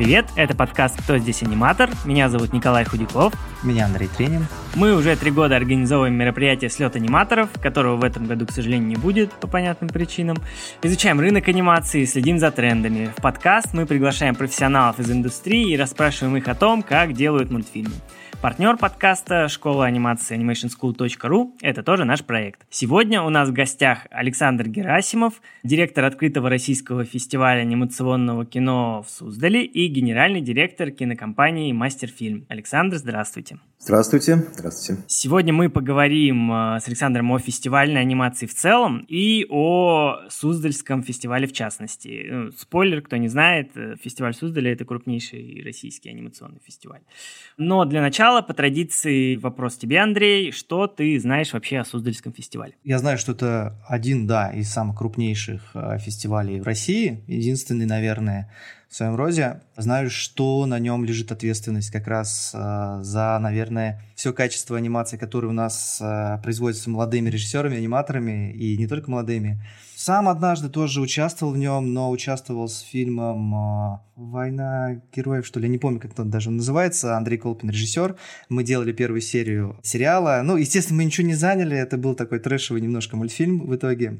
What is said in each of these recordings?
привет! Это подкаст «Кто здесь аниматор?». Меня зовут Николай Худяков. Меня Андрей Тренин. Мы уже 3 года организовываем мероприятие «Слет аниматоров», которого в этом году, к сожалению, не будет по понятным причинам. Изучаем рынок анимации, следим за трендами. В подкаст мы приглашаем профессионалов из индустрии и расспрашиваем их о том, как делают мультфильмы. Партнер подкаста — школа анимации animationschool.ru. Это тоже наш проект. Сегодня у нас в гостях Александр Герасимов, директор открытого российского фестиваля анимационного кино в Суздале и генеральный директор кинокомпании «Мастерфильм». Александр, здравствуйте. Здравствуйте. Здравствуйте. Сегодня мы поговорим с Александром о фестивальной анимации в целом и о Суздальском фестивале в частности. Спойлер, кто не знает, фестиваль Суздаля — это крупнейший российский анимационный фестиваль. Но для начала, по традиции, вопрос тебе, Андрей. Что ты знаешь вообще о Суздальском фестивале? Я знаю, что это один, из самых крупнейших фестивалей в России. Единственный, наверное, в своем роде. Знаю, что на нем лежит ответственность как раз за, наверное, все качество анимации, которое у нас производится молодыми режиссерами, аниматорами, и не только молодыми. Сам однажды тоже участвовал в нем, но участвовал с фильмом «Война героев», что ли, я не помню, как он даже называется. Андрей Колпин, режиссер. Мы делали первую серию сериала. Естественно, мы ничего не заняли. Это был такой трэшевый немножко мультфильм в итоге.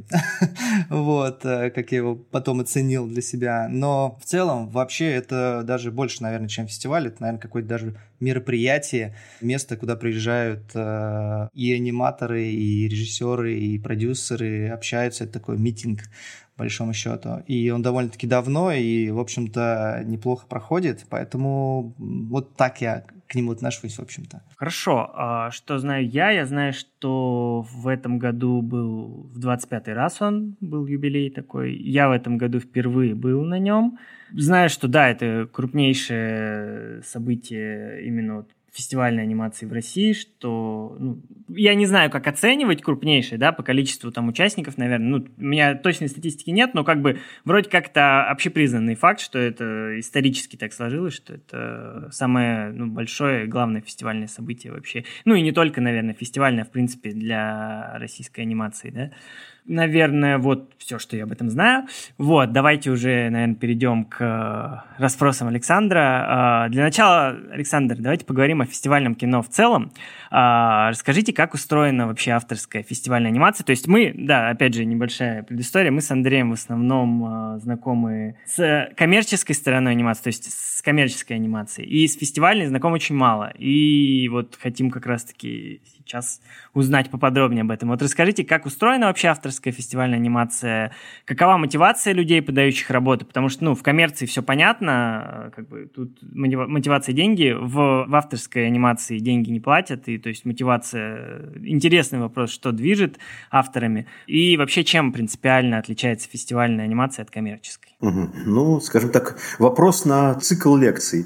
Вот, как я его потом оценил для себя. Но в целом, вообще, это даже больше, наверное, чем фестиваль. Это, наверное, какое-то даже мероприятие, место, куда приезжают и аниматоры, и режиссеры, и продюсеры, общаются. Это такой митинг, по большому счету. И он довольно-таки давно и, в общем-то, неплохо проходит. Поэтому вот так я к нему отношусь, в общем-то. Хорошо. Что знаю я? Я знаю, что в этом году был в 25-й раз он был юбилей такой. Я в этом году впервые был на нем. Знаю, что да, это крупнейшее событие именно фестивальной анимации в России, что, я не знаю, как оценивать крупнейшее, по количеству там участников, наверное, у меня точной статистики нет, но вроде как это общепризнанный факт, что это исторически так сложилось, что это самое, большое, главное фестивальное событие вообще. И не только, наверное, фестивальное, в принципе, для российской анимации, Наверное, вот все, что я об этом знаю. Давайте уже, наверное, перейдем к расспросам Александра. Для начала, Александр, давайте поговорим о фестивальном кино в целом. Расскажите, как устроена вообще авторская фестивальная анимация. То есть мы, опять же, небольшая предыстория, мы с Андреем в основном знакомы с коммерческой стороной анимации, то есть с коммерческой анимацией, и с фестивальной знакомы очень мало. И хотим как раз-таки сейчас узнать поподробнее об этом. Расскажите, как устроена вообще авторская фестивальная анимация, какова мотивация людей, подающих работы, потому что, в коммерции все понятно, тут мотивация деньги, в авторской анимации деньги не платят, и то есть мотивация, интересный вопрос, что движет авторами, и вообще чем принципиально отличается фестивальная анимация от коммерческой? Скажем так, вопрос на цикл лекций.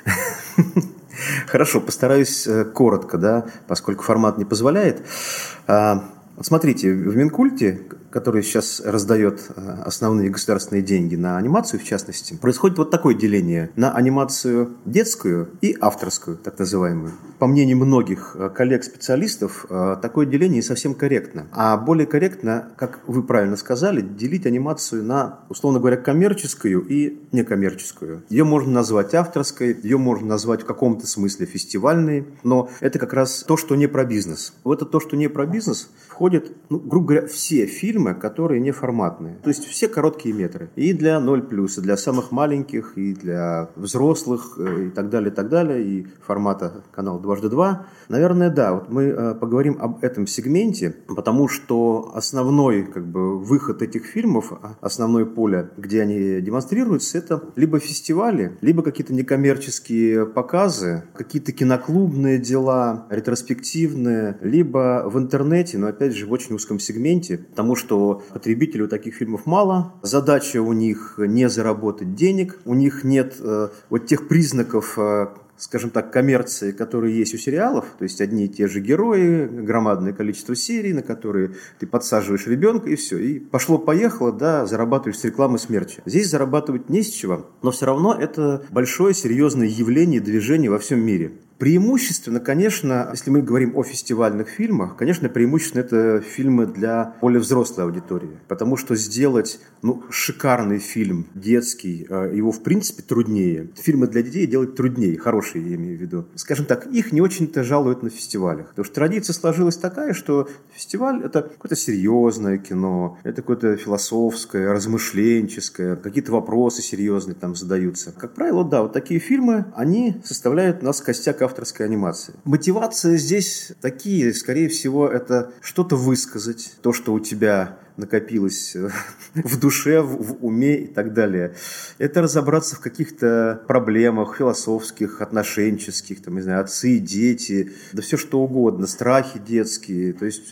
Хорошо, постараюсь коротко, поскольку формат не позволяет. Смотрите, в Минкульте, который сейчас раздает основные государственные деньги на анимацию, в частности, происходит вот такое деление на анимацию детскую и авторскую, так называемую. По мнению многих коллег-специалистов, такое деление не совсем корректно. А более корректно, как вы правильно сказали, делить анимацию на, условно говоря, коммерческую и некоммерческую. Ее можно назвать авторской, ее можно назвать в каком-то смысле фестивальной, но это как раз то, что не про бизнес. В это то, что не про бизнес, входят, грубо говоря, все фильмы, которые не форматные. То есть все короткие метры. И для 0+, и для самых маленьких, и для взрослых, и так далее, и формата канала 2x2. Наверное, мы поговорим об этом сегменте, потому что основной выход этих фильмов, основное поле, где они демонстрируются, это либо фестивали, либо какие-то некоммерческие показы, какие-то киноклубные дела, ретроспективные, либо в интернете, но опять же в очень узком сегменте, потому что потребителей у таких фильмов мало, задача у них не заработать денег, у них нет тех признаков, скажем так, коммерции, которые есть у сериалов, то есть одни и те же герои, громадное количество серий, на которые ты подсаживаешь ребенка, и все, и пошло-поехало, зарабатываешь с рекламы смерча. Здесь зарабатывать не с чего, но все равно это большое серьезное явление, движение во всем мире. Преимущественно, конечно, если мы говорим о фестивальных фильмах, конечно, преимущественно это фильмы для более взрослой аудитории. Потому что сделать шикарный фильм детский, его в принципе труднее. Фильмы для детей делать труднее, хорошие я имею в виду. Скажем так, их не очень-то жалуют на фестивалях. Потому что традиция сложилась такая, что фестиваль – это какое-то серьезное кино, это какое-то философское, размышленческое, какие-то вопросы серьезные там задаются. Как правило, да, вот такие фильмы, они составляют у нас костяк авторской анимации. Мотивация здесь такие, скорее всего, это что-то высказать, то, что у тебя накопилось в душе, в уме и так далее. Это разобраться в каких-то проблемах философских, отношенческих, там, не знаю, отцы и дети, да все что угодно, страхи детские. То есть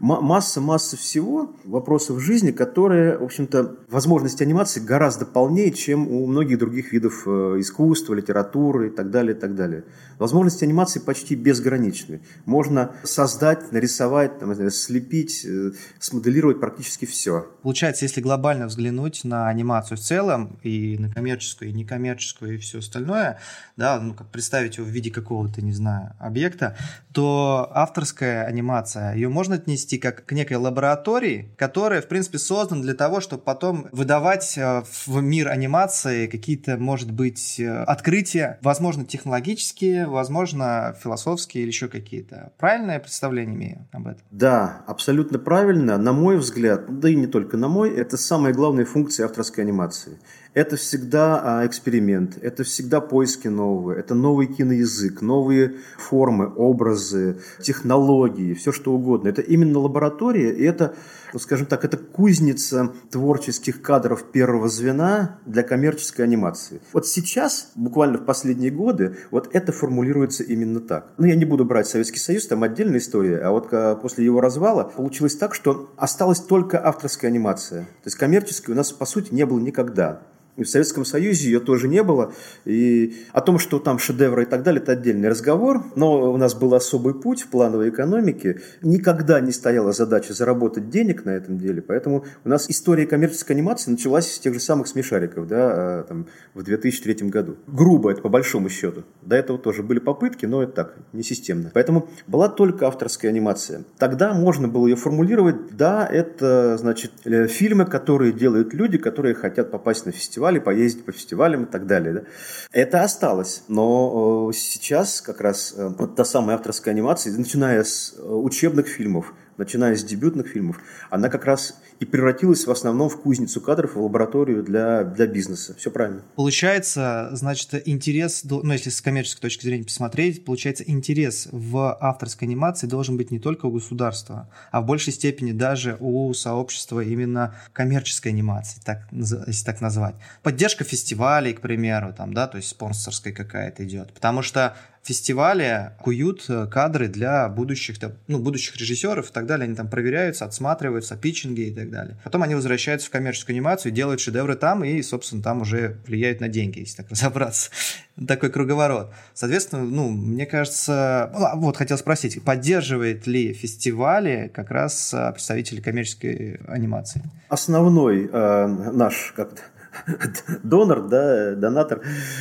масса всего, вопросов жизни, которые, в общем-то, возможности анимации гораздо полнее, чем у многих других видов искусства, литературы и так далее, и так далее. Возможности анимации почти безграничны. Можно создать, нарисовать, там, не знаю, слепить, смоделировать практически все. Получается, если глобально взглянуть на анимацию в целом, и на коммерческую, и некоммерческую, и все остальное, да, как представить его в виде какого-то, не знаю, объекта, то авторская анимация, ее можно отнести как к некой лаборатории, которая, в принципе, создана для того, чтобы потом выдавать в мир анимации какие-то, может быть, открытия, возможно, технологические, возможно, философские или еще какие-то. Правильное представление имею об этом? Да, абсолютно правильно. На мой взгляд, да и не только на мой, это самая главная функция авторской анимации. Это всегда эксперимент, это всегда поиски нового, это новый киноязык, новые формы, образы, технологии, все что угодно. Это именно лаборатория, и это, скажем так, это кузница творческих кадров первого звена для коммерческой анимации. Вот сейчас, буквально в последние годы, вот это формулируется именно так. Я не буду брать Советский Союз, там отдельная история, а вот после его развала получилось так, что осталась только авторская анимация. То есть коммерческой у нас, по сути, не было никогда. И в Советском Союзе ее тоже не было. И о том, что там шедевры и так далее, это отдельный разговор. Но у нас был особый путь в плановой экономике. Никогда не стояла задача заработать денег на этом деле. Поэтому у нас история коммерческой анимации началась с тех же самых смешариков, да, там, в 2003 году. Грубо это по большому счету. До этого тоже были попытки, но это так, не системно. Поэтому была только авторская анимация. Тогда можно было ее формулировать, да, это, значит, фильмы, которые делают люди, которые хотят попасть на фестиваль, поездить по фестивалям и так далее. Да? Это осталось. Но сейчас как раз вот та самая авторская анимация, начиная с учебных фильмов, начиная с дебютных фильмов, она как раз и превратилась в основном в кузницу кадров, в лабораторию для бизнеса. Все правильно. Получается, значит, интерес, если с коммерческой точки зрения посмотреть, получается, интерес в авторской анимации должен быть не только у государства, а в большей степени даже у сообщества именно коммерческой анимации, так, если так назвать. Поддержка фестивалей, к примеру, там, да, то есть спонсорская какая-то идет. Потому что фестивали куют кадры для будущих режиссеров и так далее. Они там проверяются, отсматриваются, питчинги и так далее. Потом они возвращаются в коммерческую анимацию, делают шедевры там и, собственно, там уже влияют на деньги, если так разобраться. Такой круговорот. Соответственно, мне кажется... Вот, хотел спросить, поддерживает ли фестивали как раз представители коммерческой анимации? Основной наш донор, да, донатор...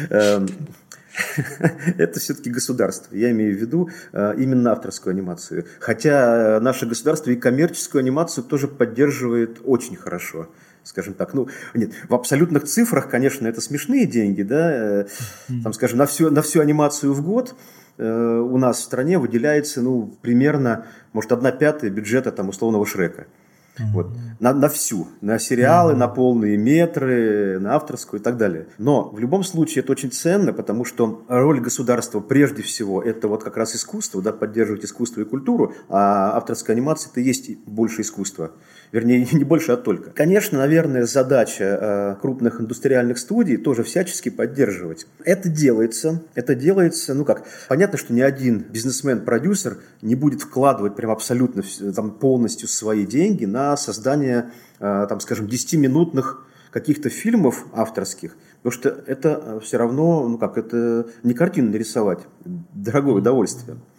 Это все-таки государство. Я имею в виду именно авторскую анимацию. Хотя наше государство и коммерческую анимацию тоже поддерживает очень хорошо. Скажем так, нет, в абсолютных цифрах, конечно, это смешные деньги, да, там, скажем, на всю анимацию в год у нас в стране выделяется, примерно, может, 1/5 бюджета там условного Шрека. Вот. На всю. На сериалы, на полные метры, на авторскую и так далее. Но в любом случае это очень ценно, потому что роль государства прежде всего это вот как раз искусство, да, поддерживать искусство и культуру, а авторская анимация это и есть больше искусства. Вернее, не больше, а только. Конечно, наверное, задача крупных индустриальных студий тоже всячески поддерживать. Это делается, понятно, что ни один бизнесмен-продюсер не будет вкладывать прям абсолютно там, полностью свои деньги на создание, там, скажем, 10-минутных каких-то фильмов авторских, потому что это все равно, это не картину нарисовать, дорогое удовольствие.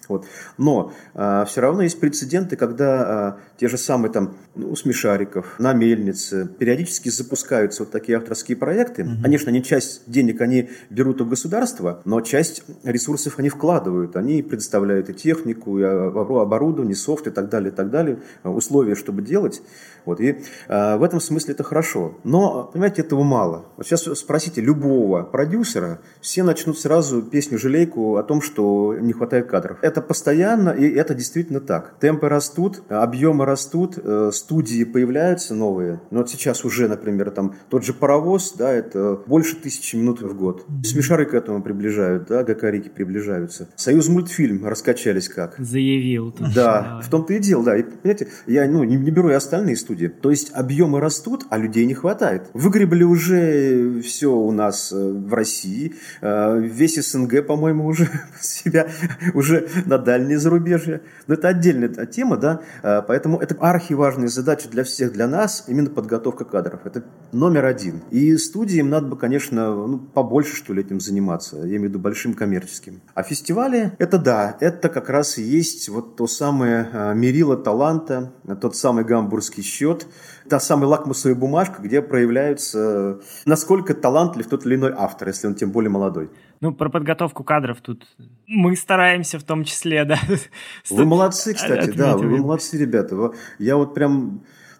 Вот. Но все равно есть прецеденты, когда те же самые там, «Смешариков», «На мельнице» периодически запускаются вот такие авторские проекты. Конечно, они часть денег они берут у государства, но часть ресурсов они вкладывают. Они предоставляют и технику, и оборудование, софт и так далее, условия, чтобы делать. Вот. И в этом смысле это хорошо. Но, понимаете, этого мало. Вот сейчас спросите любого продюсера, все начнут сразу песню-жалейку о том, что не хватает кадров. Это постоянно, и это действительно так. Темпы растут, объемы растут, студии появляются новые. Но вот сейчас уже, например, там тот же «Паровоз», да, это больше 1000 минут в год. «Смешары» к этому приближают, да, «Гакарики» приближаются. «Союзмультфильм» раскачались как. Заявил. Да, в том-то и дело, да. И, понимаете, я не беру и остальные студии. То есть объемы растут, а людей не хватает. Выгребли уже все у нас в России. Весь СНГ, по-моему, уже себя уже на дальние зарубежья. Но это отдельная тема, да. Поэтому это архиважная задача для всех, для нас, именно подготовка кадров. Это номер один. И студиям надо бы, конечно, побольше, что ли, этим заниматься. Я имею в виду большим коммерческим. А фестивали, это да, это как раз и есть вот то самое мерило таланта, тот самый гамбургский счет, та самая лакмусовая бумажка, где проявляются, насколько талантлив тот или иной автор, если он тем более молодой. Про подготовку кадров тут мы стараемся в том числе, да. Вы молодцы, кстати, да, вы молодцы, ребята. Я вот прям...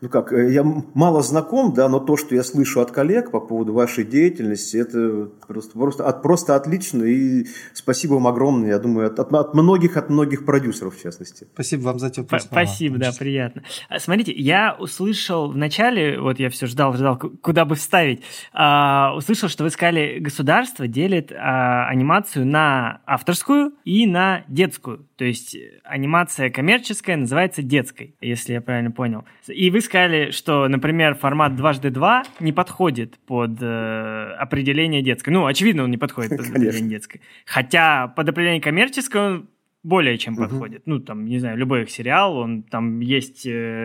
я мало знаком, да, но то, что я слышу от коллег по поводу вашей деятельности, это просто отлично, и спасибо вам огромное, я думаю, от многих продюсеров, в частности. Спасибо вам за теплые слова. Спасибо, да, приятно. Смотрите, я услышал в начале, вот я все ждал, куда бы вставить, услышал, что вы сказали, государство делит анимацию на авторскую и на детскую, то есть анимация коммерческая называется детской, если я правильно понял. И вы сказали, что, например, формат 2x2 не подходит под определение детской. Очевидно, он не подходит под определение детской. Хотя под определение коммерческое он более чем подходит. Не знаю, любой их сериал, там есть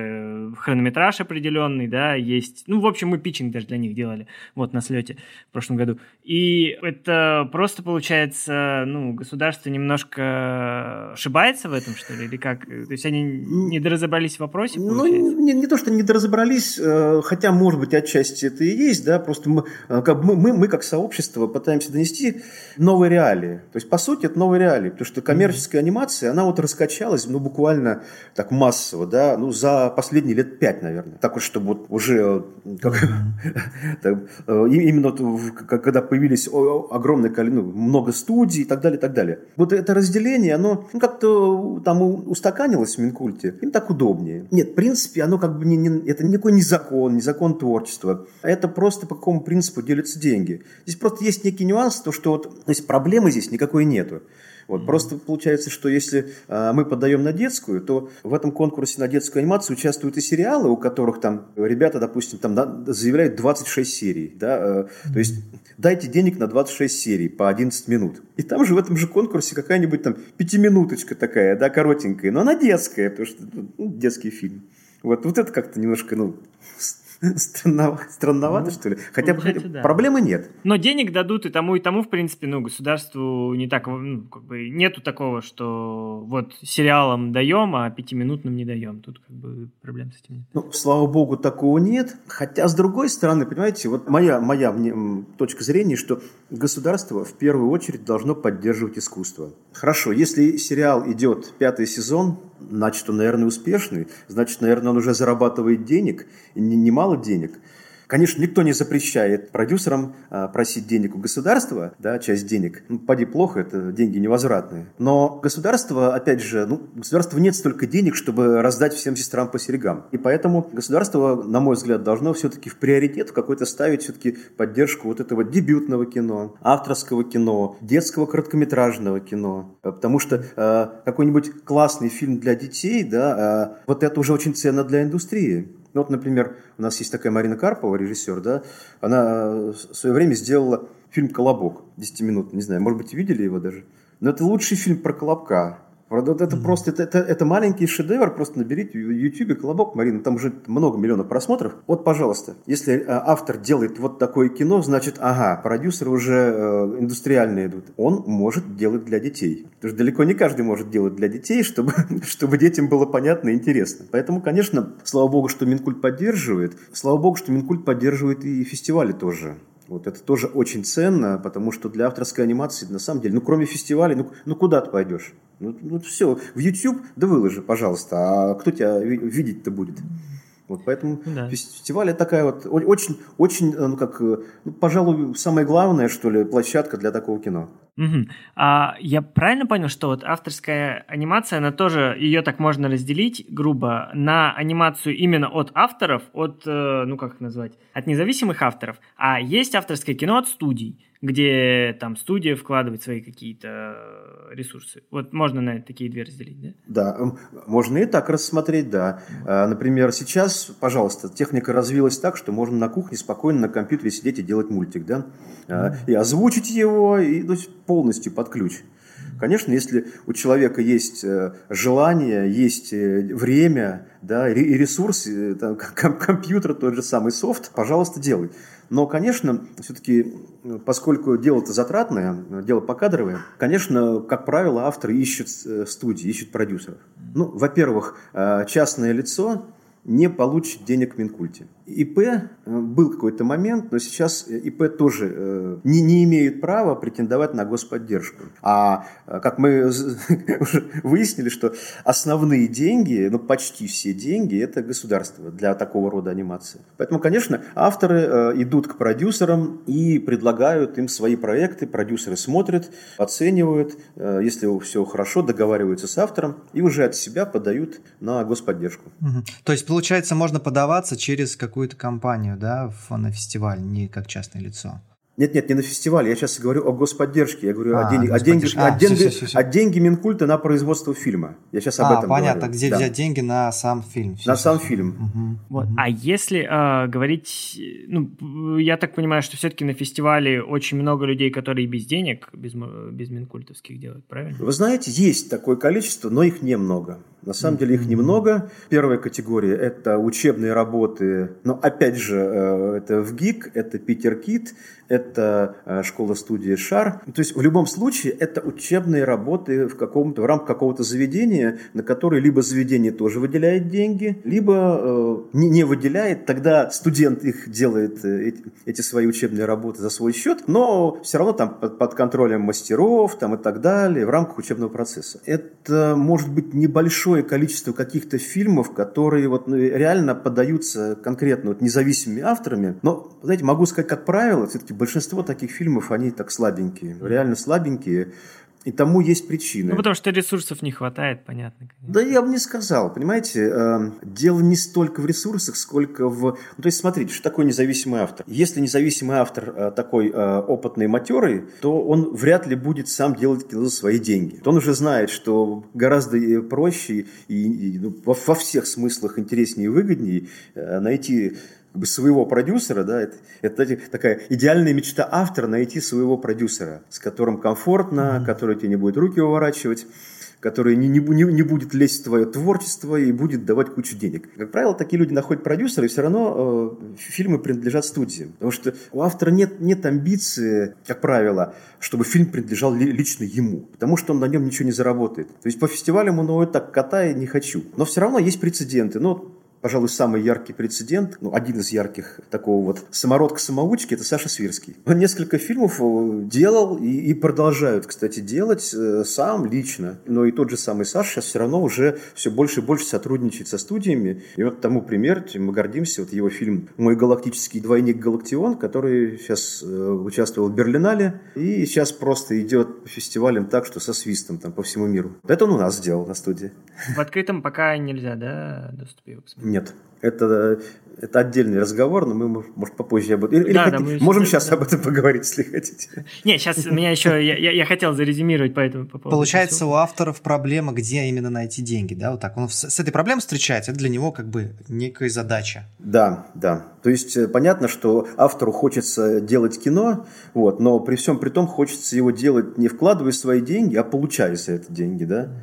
хронометраж определенный, да, есть... в общем, мы питчинг даже для них делали, на слете в прошлом году. И это просто, получается, государство немножко ошибается в этом, что ли, или как? То есть они не доразобрались в вопросе, получается? Не то, что не доразобрались, хотя, может быть, отчасти это и есть, да, просто мы как сообщество пытаемся донести новые реалии. То есть, по сути, это новые реалии, потому что коммерческая анимация, она раскачалась, буквально так массово, да, за последние лет 5, наверное. Так вот, чтобы уже именно когда появились огромное количество, много студий и так далее, и так далее. Вот это разделение, оно как-то там устаканилось в Минкульте, им так удобнее. Нет, в принципе, оно это никакой не закон творчества. Это просто по какому принципу делятся деньги. Здесь просто есть некий нюанс, то есть проблемы здесь никакой нету. Просто получается, что если мы подаем на детскую, то в этом конкурсе на детскую анимацию участвуют и сериалы, у которых там ребята, допустим, заявляют 26 серий. Да, то есть дайте денег на 26 серий по 11 минут. И там же в этом же конкурсе какая-нибудь там 5-минуточка такая, да, коротенькая, но она детская, потому что детский фильм. Вот это как-то немножко, странновато, что ли? Хотя бы да. Проблемы нет. Но денег дадут и тому, в принципе, государству не так, нету такого, что сериалам даем, а 5-минутным не даем. Тут проблем с этим нет. Слава богу, такого нет. Хотя, с другой стороны, понимаете, моя точка зрения, что государство в первую очередь должно поддерживать искусство. Хорошо, если сериал идет 5-й сезон, значит, он, наверное, успешный, значит, наверное, он уже зарабатывает денег, и немало денег. Конечно, никто не запрещает продюсерам просить денег у государства, да, часть денег. Поди плохо, это деньги невозвратные. Но государство, опять же, государства нет столько денег, чтобы раздать всем сестрам по серьгам. И поэтому государство, на мой взгляд, должно все-таки в приоритет какой-то ставить все-таки поддержку этого дебютного кино, авторского кино, детского короткометражного кино. Потому что какой-нибудь классный фильм для детей, да, это уже очень ценно для индустрии. Например, у нас есть такая Марина Карпова, режиссер, да, она в свое время сделала фильм «Колобок», 10 минут, не знаю, может быть, видели его даже. Но это лучший фильм про Колобка. Это просто это маленький шедевр. Просто наберите в YouTube «Колобок», Марина, там уже много миллионов просмотров. Вот, пожалуйста, если автор делает вот такое кино, значит, продюсеры уже индустриальные идут. Он может делать для детей. Потому что далеко не каждый может делать для детей, чтобы детям было понятно и интересно. Поэтому, конечно, слава богу, что Минкульт поддерживает. Слава богу, что Минкульт поддерживает и фестивали тоже. Вот это тоже очень ценно, потому что для авторской анимации, на самом деле, кроме фестивалей, куда ты пойдешь? Все, в YouTube, да выложи, пожалуйста, а кто тебя видеть-то будет? Вот поэтому фестиваль это такая вот очень, пожалуй, самая главная, что ли, площадка для такого кино. Угу. А я правильно понял, что вот авторская анимация, она тоже, ее так можно разделить, грубо, на анимацию именно от авторов, от независимых авторов, а есть авторское кино от студий, где там студия вкладывает свои какие-то ресурсы. Вот можно на такие две разделить, да? Да, можно и так рассмотреть, да. Например, сейчас, пожалуйста, техника развилась так, что можно на кухне спокойно на компьютере сидеть и делать мультик, да, и озвучить его, и полностью под ключ. Конечно, если у человека есть желание, есть время, да, и ресурсы, компьютер, тот же самый софт, пожалуйста, делай. Но, конечно, все-таки, поскольку дело-то затратное, дело покадровое, конечно, как правило, авторы ищут студии, ищут продюсеров. Во-первых, частное лицо не получит денег в Минкульте. ИП был какой-то момент, но сейчас ИП тоже не имеет права претендовать на господдержку. А как мы уже выяснили, что основные деньги, почти все деньги, это государство для такого рода анимации. Поэтому, конечно, авторы идут к продюсерам и предлагают им свои проекты. Продюсеры смотрят, оценивают, если все хорошо, договариваются с автором и уже от себя подают на господдержку. То есть, получается, можно подаваться через какую-то компанию, да, на фестиваль, не как частное лицо. Нет, не на фестивале. Я сейчас говорю о господдержке. Я говорю о деньги Минкульта на производство фильма. Я сейчас об этом понятно, говорю. Где взять деньги на сам фильм. Сам фильм. Вот. А если говорить... я так понимаю, что все-таки на фестивале очень много людей, которые без денег, без минкультовских делают, правильно? Вы знаете, есть такое количество, но их немного. На самом деле их немного. Первая категория – это учебные работы. Но опять же, это ВГИК, это Питер Кит, это школа-студия «Шар». То есть в любом случае это учебные работы в рамках какого-то заведения, на которые либо заведение тоже выделяет деньги, либо не выделяет. Тогда студент их делает, эти свои учебные работы за свой счет, но все равно там под контролем мастеров и так далее, в рамках учебного процесса. Это может быть небольшое количество каких-то фильмов, которые реально подаются конкретно независимыми авторами. Но, знаете, могу сказать, как правило, все-таки большинство таких фильмов, они так слабенькие, реально слабенькие. И тому есть причины. Потому что ресурсов не хватает, понятно. Конечно. Да я бы не сказал. Понимаете, дело не столько в ресурсах, сколько в... то есть, смотрите, что такое независимый автор. Если независимый автор такой опытный, матерый, то он вряд ли будет сам делать кино за свои деньги. Он уже знает, что гораздо проще и во всех смыслах интереснее и выгоднее найти своего продюсера, да, это такая идеальная мечта автора — найти своего продюсера, с которым комфортно, который тебе не будет руки выворачивать, который не будет лезть в твое творчество и будет давать кучу денег. Как правило, такие люди находят продюсера, и все равно фильмы принадлежат студии. Потому что у автора нет амбиции, как правило, чтобы фильм принадлежал лично ему. Потому что он на нем ничего не заработает. То есть по фестивалям он так катает, не хочу. Но все равно есть прецеденты. Пожалуй, самый яркий прецедент, один из ярких такого самородка-самоучки — это Саша Свирский. Он несколько фильмов делал и продолжает, кстати, делать сам лично. Но и тот же самый Саша сейчас все равно уже все больше и больше сотрудничает со студиями. И тому пример, мы гордимся, его фильм «Мой галактический двойник Галактион», который сейчас участвовал в Берлинале и сейчас просто идет по фестивалям так, что со свистом по всему миру. Это он у нас сделал на студии. В открытом пока нельзя, да, доступ его посмотреть? Нет, это отдельный разговор, но мы, может, попозже об этом. Можем сейчас об этом поговорить, если хотите. Нет, сейчас меня еще... Я хотел зарезюмировать по этому поводу. Получается, у авторов проблема, где именно найти деньги, да? Вот так. Он с этой проблемой встречается, это для него некая задача. Да. То есть понятно, что автору хочется делать кино, но при всем при том хочется его делать не вкладывая свои деньги, а получая за это деньги, да?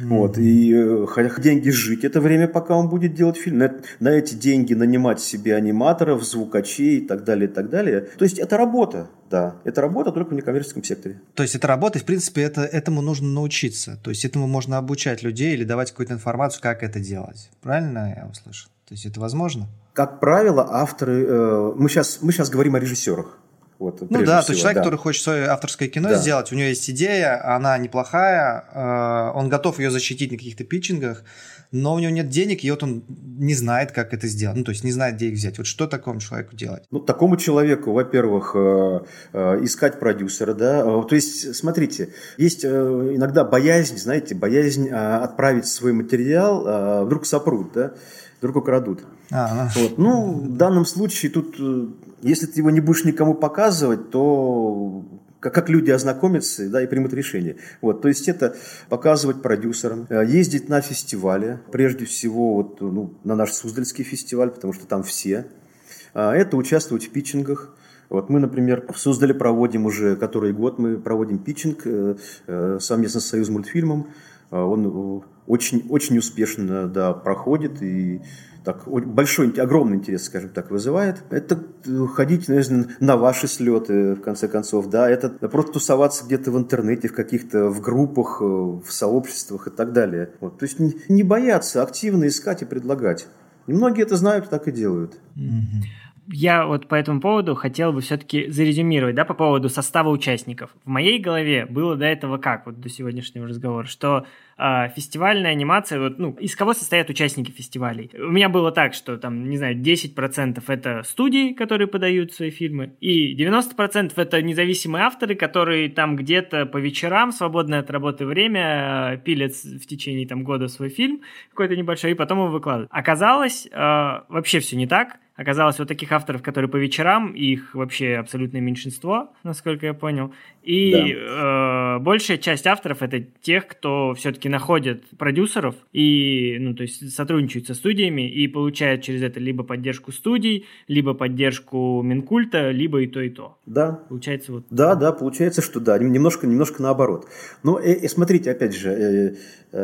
Вот, и деньги жить это время, пока он будет делать фильм. На эти деньги нанимать себе аниматоров, звукачей и так далее, и так далее. То есть это работа, да. Это работа только в некоммерческом секторе. То есть это работа, и в принципе этому нужно научиться. То есть этому можно обучать людей или давать какую-то информацию, как это делать. Правильно я услышал? То есть это возможно? Как правило, авторы... Мы сейчас говорим о режиссерах. Вот, ну да, то есть человек, который хочет свое авторское кино сделать, у него есть идея, она неплохая, он готов ее защитить на каких-то питчингах, но у него нет денег, и вот он не знает, как это сделать, ну то есть не знает, где их взять. Вот что такому человеку делать? Ну, такому человеку, во-первых, искать продюсера, да, то есть, смотрите, есть иногда боязнь, знаете, отправить свой материал, вдруг сопрут, да, вдруг украдут. Вот. Ну, в данном случае тут, если ты его не будешь никому показывать, то как люди ознакомятся, да, и примут решение. Вот. То есть это показывать продюсерам, ездить на фестивали, прежде всего вот, на наш Суздальский фестиваль, потому что там все. Это участвовать в питчингах. Вот мы, например, в Суздале проводим уже который год, мы проводим питчинг совместно с Союзмультфильмом. Он очень, очень успешно, да, проходит и так огромный интерес, скажем так, вызывает. Это ходить, наверное, на ваши слеты, в конце концов, да, это просто тусоваться где-то в интернете, в группах, в сообществах и так далее. Вот. То есть не бояться активно искать и предлагать. И многие это знают и так и делают. Я вот по этому поводу хотел бы все-таки зарезюмировать, да, по поводу состава участников. В моей голове было до этого как, вот до сегодняшнего разговора, что фестивальная анимация, вот, из кого состоят участники фестивалей? У меня было так, что там, не знаю, 10% это студии, которые подают свои фильмы, и 90% это независимые авторы, которые там где-то по вечерам, свободное от работы время, пилят в течение там года свой фильм какой-то небольшой, и потом его выкладывают. Оказалось, вообще все не так. Оказалось, вот таких авторов, которые по вечерам, их вообще абсолютное меньшинство, насколько я понял. И большая часть авторов — это тех, кто все-таки находит продюсеров и, то есть сотрудничают со студиями и получают через это либо поддержку студий, либо поддержку Минкульта, либо и то, и то. Да. Получается вот... Да, получается, что да, немножко наоборот. Но смотрите, опять же,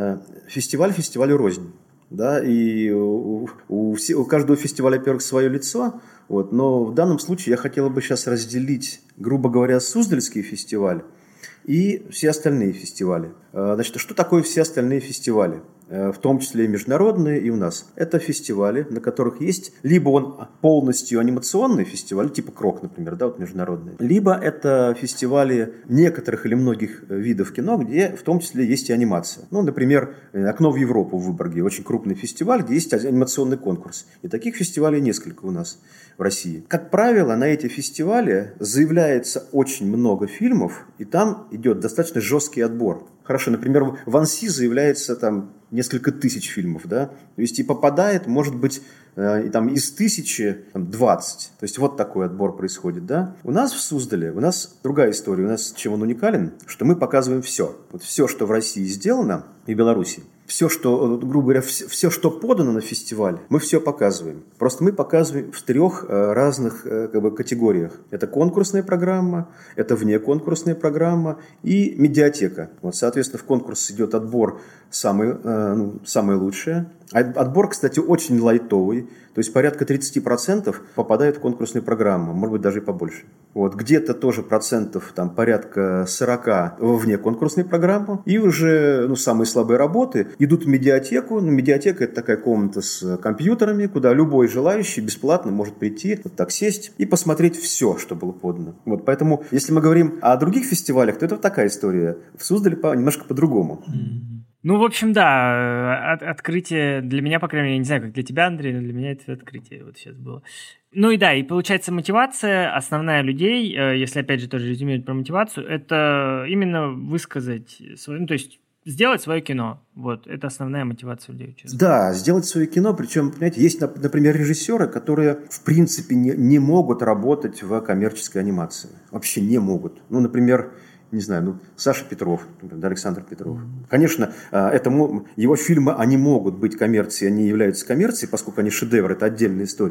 фестивалю рознь. Да, и у каждого фестиваля, во-первых, свое лицо, вот, но в данном случае я хотел бы сейчас разделить, грубо говоря, Суздальский фестиваль и все остальные фестивали. Значит, что такое все остальные фестивали? В том числе и международные, и у нас. Это фестивали, на которых есть, либо он полностью анимационный фестиваль, типа КРОК, например, да, вот международный, либо это фестивали некоторых или многих видов кино, где в том числе есть и анимация. Ну, например, «Окно в Европу» в Выборге, очень крупный фестиваль, где есть анимационный конкурс. И таких фестивалей несколько у нас в России. Как правило, на эти фестивали заявляется очень много фильмов, и там идет достаточно жесткий отбор. Хорошо, например, в Анси заявляется там несколько тысяч фильмов, да, то есть и попадает, может быть, там из 1000 20. То есть вот такой отбор происходит, да. У нас в Суздале, у нас другая история, у нас чем он уникален, что мы показываем все. Вот все, что в России сделано и в Беларуси, все, что, грубо говоря, все, что подано на фестиваль, мы все показываем. Просто мы показываем в 3 разных категориях. Это конкурсная программа, это внеконкурсная программа и медиатека. Вот, соответственно, в конкурс идет отбор самое лучшее. Отбор, кстати, очень лайтовый. То есть порядка 30% попадает в конкурсную программу, может быть, даже и побольше. Вот, где-то тоже процентов, там, порядка 40 вне конкурсной программы. И уже самые слабые работы идут в медиатеку. Медиатека – это такая комната с компьютерами, куда любой желающий бесплатно может прийти, вот так сесть и посмотреть все, что было подано. Вот, поэтому, если мы говорим о других фестивалях, то это вот такая история. В Суздале немножко по-другому. В общем, да, открытие для меня, по крайней мере, я не знаю, как для тебя, Андрей, но для меня это открытие вот сейчас было. И получается мотивация основная людей, если опять же тоже резюмировать про мотивацию, это именно высказать свое, то есть сделать свое кино. Вот, это основная мотивация людей. Да, сделать свое кино, причем, понимаете, есть, например, режиссеры, которые, в принципе, не могут работать в коммерческой анимации. Вообще не могут. Например, не знаю, Саша Петров, Александр Петров. Конечно, его фильмы, они могут быть коммерцией, они являются коммерцией, поскольку они шедевры, это отдельная история.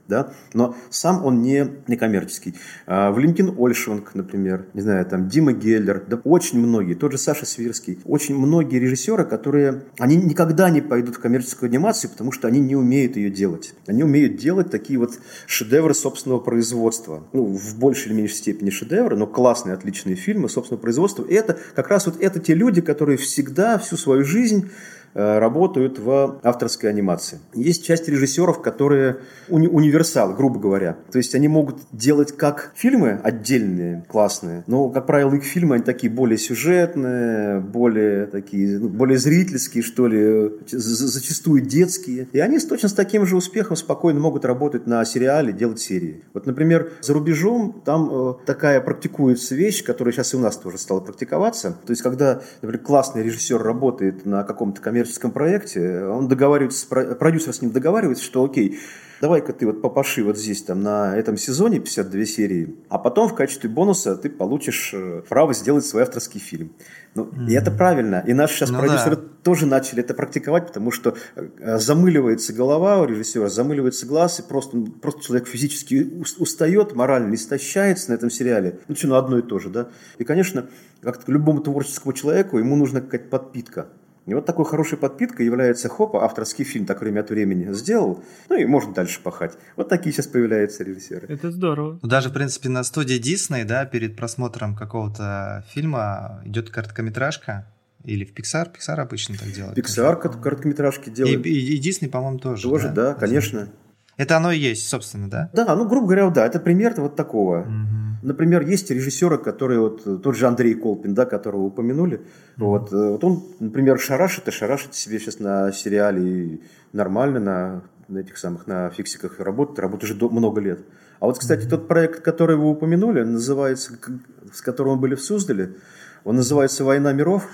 да, но сам он не коммерческий. Валентин Ольшанг, например, не знаю, там Дима Геллер, да, очень многие, тот же Саша Свирский, очень многие режиссеры, которые, они никогда не пойдут в коммерческую анимацию, потому что они не умеют ее делать. Они умеют делать такие вот шедевры собственного производства. Ну, в большей или меньшей степени шедевры, но классные, отличные фильмы собственного производства. И это как раз вот это те люди, которые всегда, всю свою жизнь работают в авторской анимации. Есть часть режиссеров, которые универсалы, грубо говоря. То есть они могут делать как фильмы отдельные, классные, но, как правило, их фильмы, они такие более сюжетные, более такие, более зрительские, что ли, зачастую детские. И они точно с таким же успехом спокойно могут работать на сериале, делать серии. Вот, например, за рубежом там такая практикуется вещь, которая сейчас и у нас тоже стала практиковаться. То есть, когда, например, классный режиссер работает на каком-то коммерческом проекте, он договаривается, продюсер с ним договаривается, что окей, давай-ка ты вот попаши вот здесь там на этом сезоне 52 серии, а потом в качестве бонуса ты получишь право сделать свой авторский фильм. Ну, и это правильно. И наши сейчас продюсеры тоже начали это практиковать, потому что замыливается голова у режиссера, замыливается глаз, и просто человек физически устает, морально истощается на этом сериале. Ну что, одно и то же, да? И, конечно, как-то любому творческому человеку ему нужна какая-то подпитка. И вот такой хорошей подпиткой является авторский фильм так время от времени сделал, ну и можно дальше пахать. Вот такие сейчас появляются режиссеры. Это здорово. Даже, в принципе, на студии Disney, да, перед просмотром какого-то фильма идет короткометражка. Или в Pixar? Pixar обычно так делает. Pixar короткометражки делает. И Disney, по-моему, тоже. Тоже, да, конечно. Это оно и есть, собственно, да? Да, ну, грубо говоря, да, это пример вот такого. Например, есть режиссеры, которые, вот тот же Андрей Колпин, да, которого упомянули, вот он, например, шарашит себе сейчас на сериале и нормально на этих самых, на фиксиках работает уже много лет. А вот, кстати, тот проект, который вы упомянули, называется, с которым мы были в Суздале, он называется «Война миров».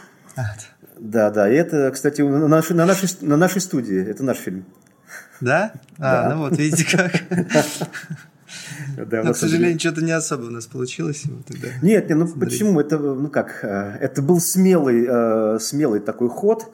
Да, и это, кстати, на нашей студии, это наш фильм. Да? Да. Ну вот, видите как. Да, но, к сожалению, что-то не особо у нас получилось. Нет, почему? Это был смелый такой ход,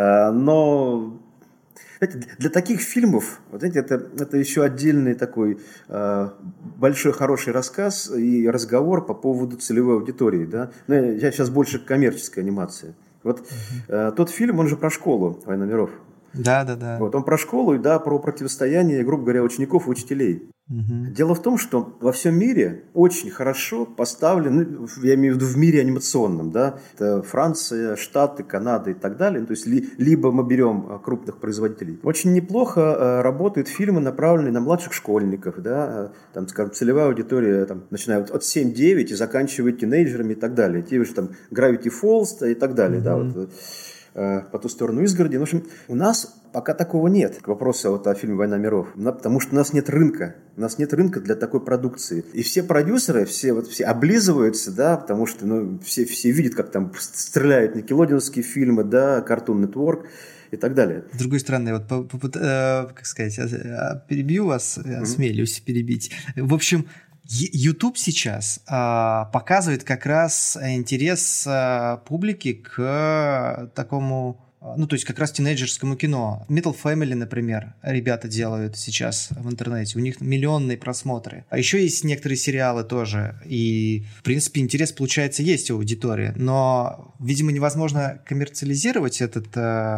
но для таких фильмов, вот это еще отдельный такой большой хороший рассказ и разговор по поводу целевой аудитории. Да? Но я сейчас больше коммерческой анимации. Вот тот фильм, он же про школу «Война миров». Да. Вот он про школу и про противостояние, грубо говоря, учеников и учителей. Дело в том, что во всем мире очень хорошо поставлены, я имею в виду в мире анимационном, да, это Франция, Штаты, Канада и так далее, то есть либо мы берем крупных производителей. Очень неплохо работают фильмы, направленные на младших школьников, да, там, скажем, целевая аудитория, там, начиная от 7-9 и заканчивая тинейджерами и так далее, те же там Gravity Falls и так далее, да, вот. По ту сторону изгороди. В общем, у нас пока такого нет. К вопросу о фильме «Война миров». Потому что у нас нет рынка. У нас нет рынка для такой продукции. И все продюсеры, все облизываются, да, потому что все видят, как там стреляют никелодеоновские фильмы, да, Cartoon Network и так далее. С другой стороны, вот, как сказать, перебью вас, осмелюсь перебить. В общем, YouTube сейчас показывает как раз интерес публики к такому, ну, то есть как раз тинейджерскому кино. Metal Family, например, ребята делают сейчас в интернете. У них миллионные просмотры. А еще есть некоторые сериалы тоже. И, в принципе, интерес, получается, есть у аудитории. Но, видимо, невозможно коммерциализировать этот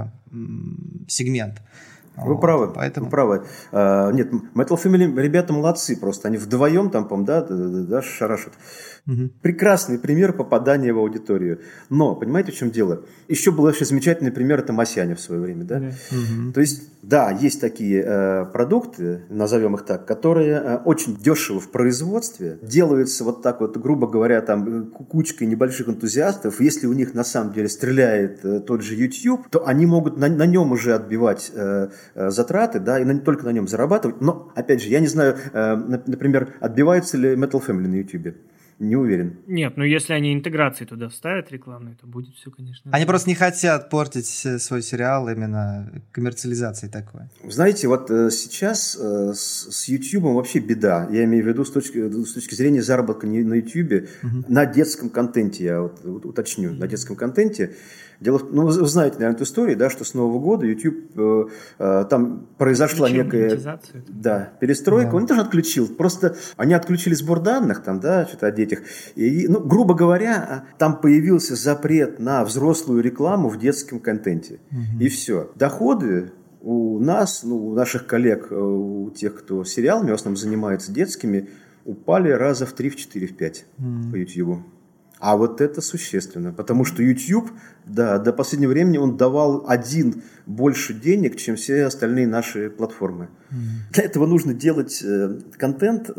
сегмент. Вы правы, поэтому... вы правы. Нет, Metal Family ребята молодцы просто. Они вдвоем там, по-моему, да, шарашат. Прекрасный пример попадания в аудиторию. Но, понимаете, в чем дело? Еще был очень замечательный пример, это «Масяня» в свое время. Да? То есть, да, есть такие продукты, назовем их так, которые очень дешево в производстве, делаются вот так вот, грубо говоря, там кучкой небольших энтузиастов. Если у них на самом деле стреляет тот же YouTube, то они могут на нем уже отбивать затраты, да, и не только на нем зарабатывать. Но, опять же, я не знаю, например, отбивается ли Metal Family на YouTube. Не уверен. Нет, ну если они интеграции туда вставят рекламную, то будет все, конечно. Они просто не хотят портить свой сериал именно коммерциализацией такой. Знаете, вот сейчас с YouTube вообще беда. Я имею в виду с точки зрения заработка на YouTube, на детском контенте, я вот уточню, на детском контенте. Вы знаете, наверное, эту историю, да, что с Нового года YouTube, там произошла некая перестройка, он тоже отключил, просто они отключили сбор данных, там, да, что-то о детях, и, грубо говоря, там появился запрет на взрослую рекламу в детском контенте, и все. Доходы у нас, у наших коллег, у тех, кто сериалами в основном занимается детскими, упали раза в 3, в 4, в 5 по YouTube. А вот это существенно, потому что YouTube, до последнего времени он давал больше денег, чем все остальные наши платформы. Для этого нужно делать контент,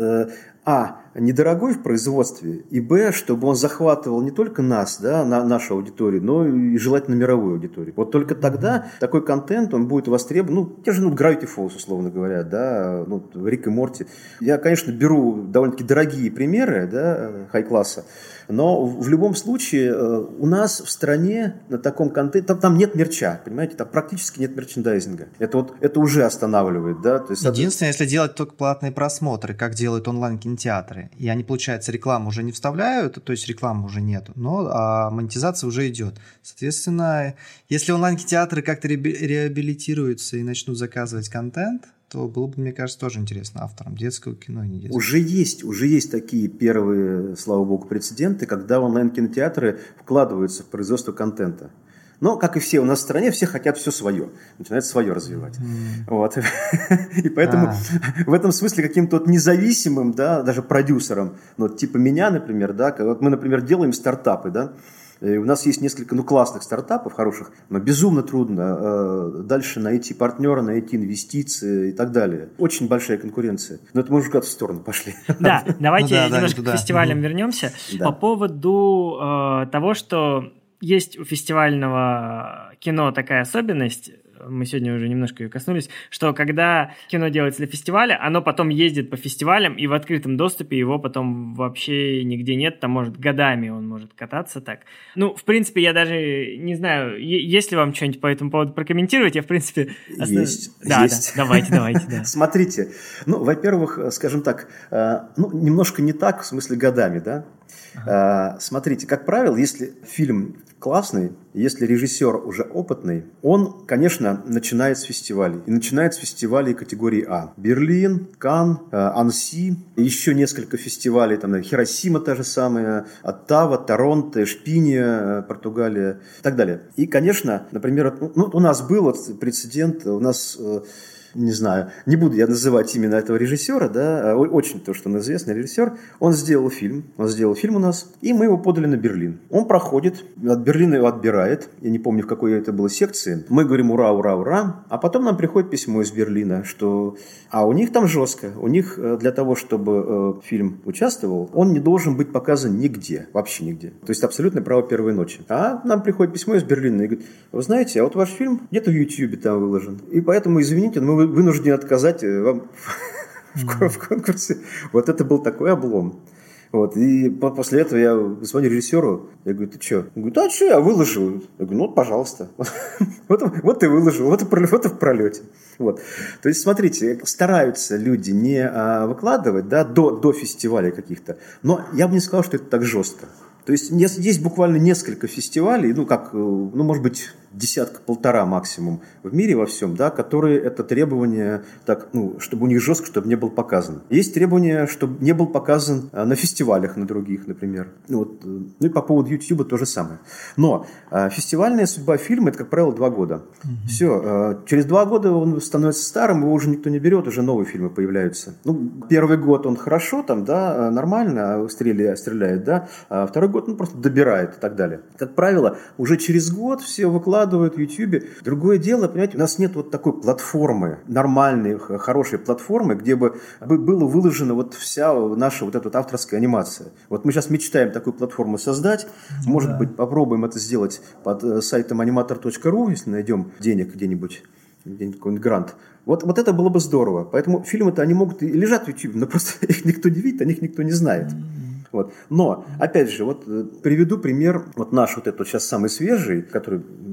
недорогой в производстве, и чтобы он захватывал не только нас, да, нашу аудиторию, но и желательно мировую аудиторию. Вот только тогда такой контент, он будет востребован, те же Gravity Falls, условно говоря, да, Рик и Морти. Я, конечно, беру довольно-таки дорогие примеры, да, хай-класса, но в любом случае у нас в стране на таком контенте, там нет мерча, понимаете, там практически нет мерчендайзинга. Это уже останавливает, да. То есть единственное, если делать только платные просмотры, как делают онлайн-кинотеатры, и они, получается, рекламу уже не вставляют, то есть рекламы уже нету, но монетизация уже идет. Соответственно, если онлайн-кинотеатры как-то реабилитируются и начнут заказывать контент, то было бы, мне кажется, тоже интересно авторам детского кино и не детского. Уже есть такие первые, слава богу, прецеденты, когда онлайн-кинотеатры вкладываются в производство контента. Но, как и все у нас в стране, все хотят все свое, начинают свое развивать. Вот. И поэтому в этом смысле каким-то независимым, да, даже продюсером, типа меня, например, да, мы, например, делаем стартапы, да, и у нас есть несколько классных стартапов, хороших, но безумно трудно дальше найти партнера, найти инвестиции и так далее. Очень большая конкуренция. Но это мы уже куда-то в сторону пошли. Да, давайте немножко к фестивалям вернемся. По поводу того, что есть у фестивального кино такая особенность, мы сегодня уже немножко ее коснулись, что когда кино делается для фестиваля, оно потом ездит по фестивалям, и в открытом доступе его потом вообще нигде нет, там годами он может кататься так. В принципе, я даже не знаю, есть ли вам что-нибудь по этому поводу прокомментировать, я, в принципе... Есть. Давайте. Да. Смотрите, во-первых, скажем так, немножко не так, в смысле годами, да? Смотрите, как правило, если фильм классный, если режиссер уже опытный, он, конечно, начинает с фестивалей. И начинает с фестивалей категории А. Берлин, Канн, Анси, еще несколько фестивалей, там, Хиросима та же самая, Оттава, Торонто, Эшпинья, Португалия и так далее. И, конечно, например, у нас был прецедент, у нас... Не знаю, не буду я называть именно этого режиссера, да, очень то, что он известный режиссер, он сделал фильм у нас, и мы его подали на Берлин. Он проходит, от Берлина его отбирает, я не помню, в какой это было секции, мы говорим ура, ура, ура, а потом нам приходит письмо из Берлина, что, у них там жестко, у них для того, чтобы фильм участвовал, он не должен быть показан нигде, вообще нигде, то есть абсолютное право первой ночи. А нам приходит письмо из Берлина и говорит, вы знаете, а вот ваш фильм где-то в YouTube там выложен, и поэтому, извините, но мы вынуждены отказать вам в конкурсе. Вот это был такой облом. Вот. И после этого я звоню режиссеру, я говорю, ты что? Он говорит, а что, я выложу. Я говорю, пожалуйста. Вот ты выложил, вот в пролете. Вот. То есть, смотрите, стараются люди не выкладывать, да, до фестивалей каких-то, но я бы не сказал, что это так жестко. То есть, есть буквально несколько фестивалей, может быть, десятка-полтора максимум в мире во всем, да, которые это требование, чтобы у них жестко, чтобы не был показан. Есть требование, чтобы не был показан на фестивалях, на других, например. И по поводу YouTube то же самое. Но фестивальная судьба фильма – это, как правило, 2 года. Все. Через 2 года он становится старым, его уже никто не берет, уже новые фильмы появляются. Первый год он хорошо, там, да, нормально стреляет, да, а второй год он просто добирает и так далее. Как правило, уже через год все выкладывают в YouTube. Другое дело, понимаете, у нас нет вот такой платформы, нормальной, хорошей платформы, где бы была выложена вся наша эта авторская анимация. Вот мы сейчас мечтаем такую платформу создать. Может быть, попробуем это сделать под сайтом animator.ru, если найдем денег где-нибудь какой-нибудь грант. Вот это было бы здорово. Поэтому фильмы-то они могут и лежат в YouTube, но просто их никто не видит, о них никто не знает. Вот. Но, опять же, приведу пример, наш этот сейчас самый свежий, который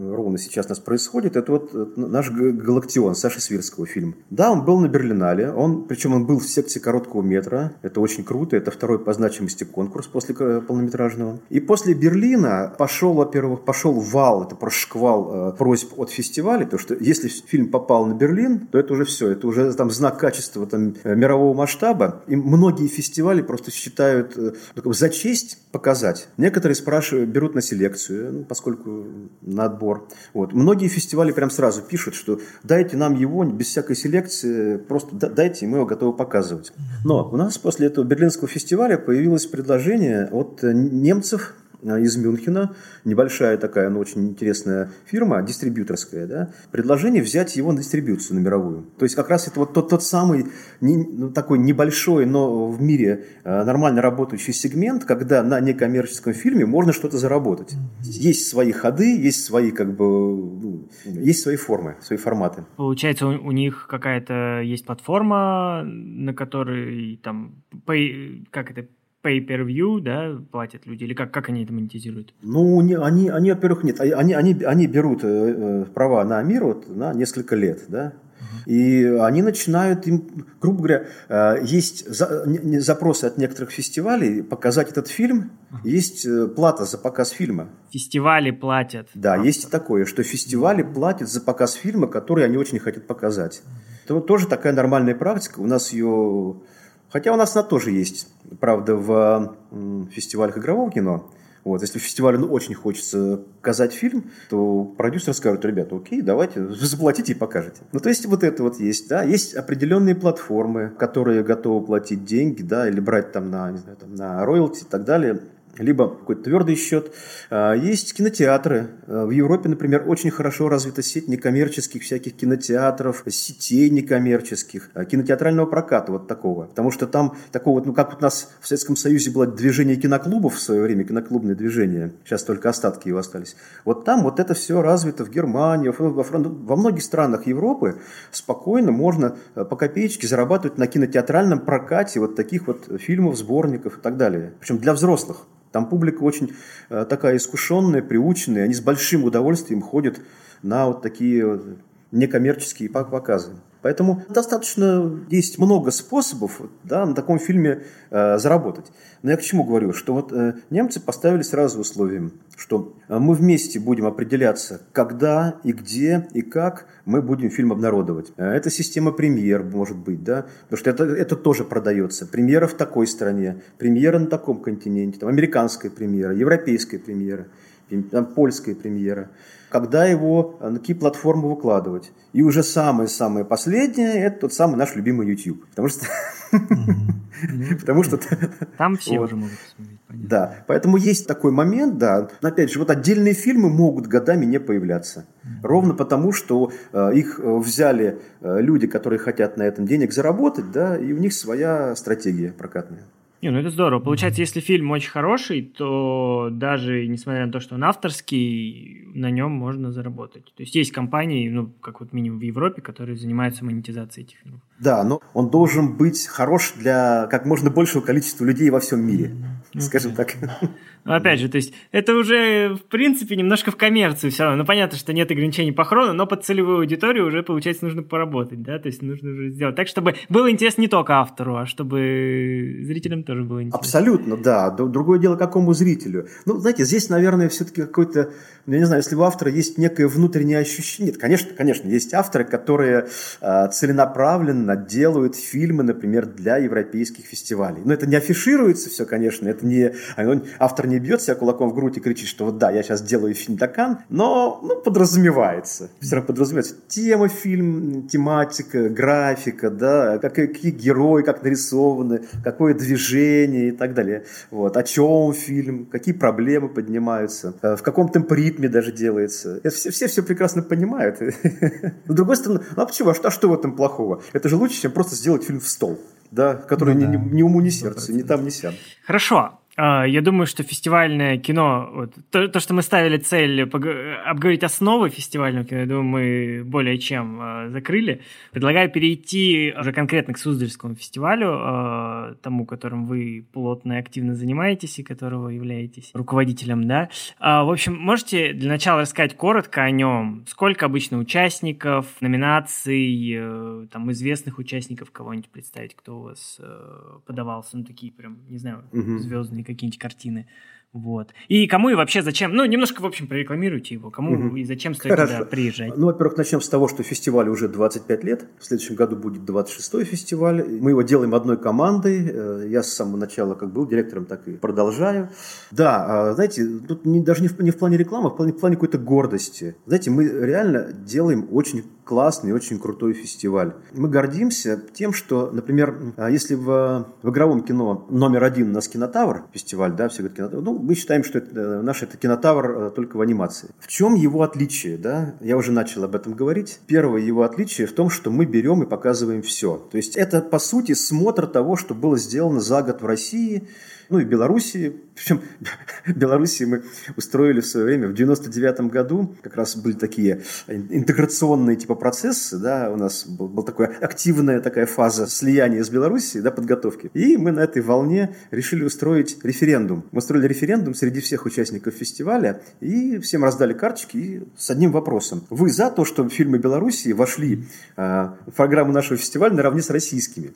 ровно сейчас у нас происходит, это вот наш «Галактион» Саши Свирского фильм. Да, он был на Берлинале, причем он был в секции короткого метра, это очень круто, это второй по значимости конкурс после полнометражного. И после Берлина пошел вал, это просто шквал просьб от фестиваля, то что если фильм попал на Берлин, то это уже все, это уже там знак качества там, мирового масштаба, и многие фестивали просто считают за честь показать. Некоторые берут на селекцию, поскольку на отбор. Вот. Многие фестивали прям сразу пишут, что дайте нам его без всякой селекции, просто дайте, и мы его готовы показывать. Но у нас после этого Берлинского фестиваля появилось предложение от немцев из Мюнхена, небольшая такая, но очень интересная фирма, дистрибьюторская, да, предложение взять его на дистрибьюцию, на мировую. То есть как раз это вот тот самый такой небольшой, но в мире нормально работающий сегмент, когда на некоммерческом фильме можно что-то заработать. Есть свои ходы, есть свои есть свои формы, свои форматы. Получается, у них какая-то есть платформа, на которой там pay-per-view, да, платят люди? Или как они это монетизируют? Ну, они во-первых, нет. Они берут права на мир на несколько лет, да. И они начинают грубо говоря, есть запросы от некоторых фестивалей показать этот фильм, есть плата за показ фильма. Фестивали платят. Да, есть и такое, что фестивали платят за показ фильма, который они очень хотят показать. Это тоже такая нормальная практика. У нас ее... Хотя у нас она тоже есть, правда, в фестивалях игрового кино. Вот, если фестивалю очень хочется показать фильм, то продюсер скажет: ребята, окей, давайте, заплатите и покажете. Ну, то есть вот это вот есть, да, есть определенные платформы, которые готовы платить деньги, да, или брать там на роялти и так далее, либо какой-то твердый счет. Есть кинотеатры. В Европе, например, очень хорошо развита сеть некоммерческих всяких кинотеатров, сетей некоммерческих, кинотеатрального проката вот такого. Потому что там такого, как у нас в Советском Союзе было движение киноклубов в свое время, киноклубное движение, сейчас только остатки его остались. Вот там вот это все развито в Германии, во многих странах Европы спокойно можно по копеечке зарабатывать на кинотеатральном прокате вот таких вот фильмов, сборников и так далее. Причем для взрослых. Там публика очень такая искушенная, приученная, они с большим удовольствием ходят на вот такие некоммерческие показы. Поэтому достаточно есть много способов, да, на таком фильме заработать. Но я к чему говорю? Что вот немцы поставили сразу условием, что мы вместе будем определяться, когда и где и как мы будем фильм обнародовать. Это система премьер, может быть, да, потому что это тоже продается. Премьера в такой стране, премьера на таком континенте, там, американская премьера, европейская премьера, там, польская премьера. Когда его на какие платформы выкладывать. И уже самое-самое последнее – это тот самый наш любимый YouTube. Потому что... Там все уже могут посмотреть. Да, поэтому есть такой момент, да. Но опять же, вот отдельные фильмы могут годами не появляться. Ровно потому, что их взяли люди, которые хотят на этом денег заработать, да, и у них своя стратегия прокатная. Это здорово. Получается, если фильм очень хороший, то даже несмотря на то, что он авторский, на нем можно заработать. То есть есть компании, как вот минимум в Европе, которые занимаются монетизацией этих фильмов. Да, но он должен быть хорош для как можно большего количества людей во всем мире, скажем так. Опять же, то есть это уже, в принципе, немножко в коммерцию все равно. Понятно, что нет ограничений по хрону, но под целевую аудиторию уже, получается, нужно поработать, да? То есть нужно уже сделать так, чтобы было интересно не только автору, а чтобы зрителям тоже было интересно. Абсолютно, да. Другое дело, какому зрителю. Знаете, здесь, наверное, все-таки какой-то, я не знаю, если у автора есть некое внутреннее ощущение. Нет, конечно, есть авторы, которые целенаправленно делают фильмы, например, для европейских фестивалей. Но это не афишируется все, конечно, это не... Автор не бьет себя кулаком в грудь и кричит, что вот да, я сейчас делаю фильм для Канн, но подразумевается. Все равно подразумевается тема фильма, тематика, графика, да, какие герои, как нарисованы, какое движение и так далее. Вот. О чем фильм, какие проблемы поднимаются, в каком темпоритме даже делается. Это все прекрасно понимают. С другой стороны, почему? А что в этом плохого? Это же лучше, чем просто сделать фильм в стол, да, который ни уму, ни сердцу, ни там, ни сям. Хорошо. Я думаю, что фестивальное кино, вот, то, что мы ставили цель обговорить основы фестивального кино, я думаю, мы более чем закрыли. Предлагаю перейти уже конкретно к Суздальскому фестивалю, тому, которым вы плотно и активно занимаетесь и которого являетесь руководителем, да. В общем, можете для начала рассказать коротко о нем? Сколько обычно участников, номинаций, там, известных участников, кого-нибудь представить, кто у вас подавался, ну, такие прям, не знаю, звездные какие-нибудь картины. Вот. И кому и вообще зачем? Ну, немножко, в общем, прорекламируйте его. Кому и зачем стоит туда приезжать? Ну, во-первых, начнем с того, что фестивалю уже 25 лет. В следующем году будет 26-й фестиваль. Мы его делаем одной командой. Я с самого начала как был директором, так и продолжаю. Да, знаете, тут даже не в плане рекламы, а в плане какой-то гордости. Знаете, мы реально делаем очень классный, очень крутой фестиваль. Мы гордимся тем, что, например, если в игровом кино номер один у нас Кинотавр, фестиваль, да, все говорят Кинотавр, ну, мы считаем, что наш это Кинотавр только в анимации. В чем его отличие, да? Я уже начал об этом говорить. Первое его отличие в том, что мы берем и показываем все. То есть это, по сути, смотр того, что было сделано за год в России, ну и в Белоруссии. Причем в Белоруссии мы устроили в свое время, в 99-м году, как раз были такие интеграционные типа процессы, да, у нас была такая активная такая фаза слияния с Белоруссией, да, подготовки. И мы на этой волне решили устроить референдум. Мы устроили референдум среди всех участников фестиваля и всем раздали карточки и с одним вопросом. Вы за то, что фильмы Белоруссии вошли в программу нашего фестиваля наравне с российскими?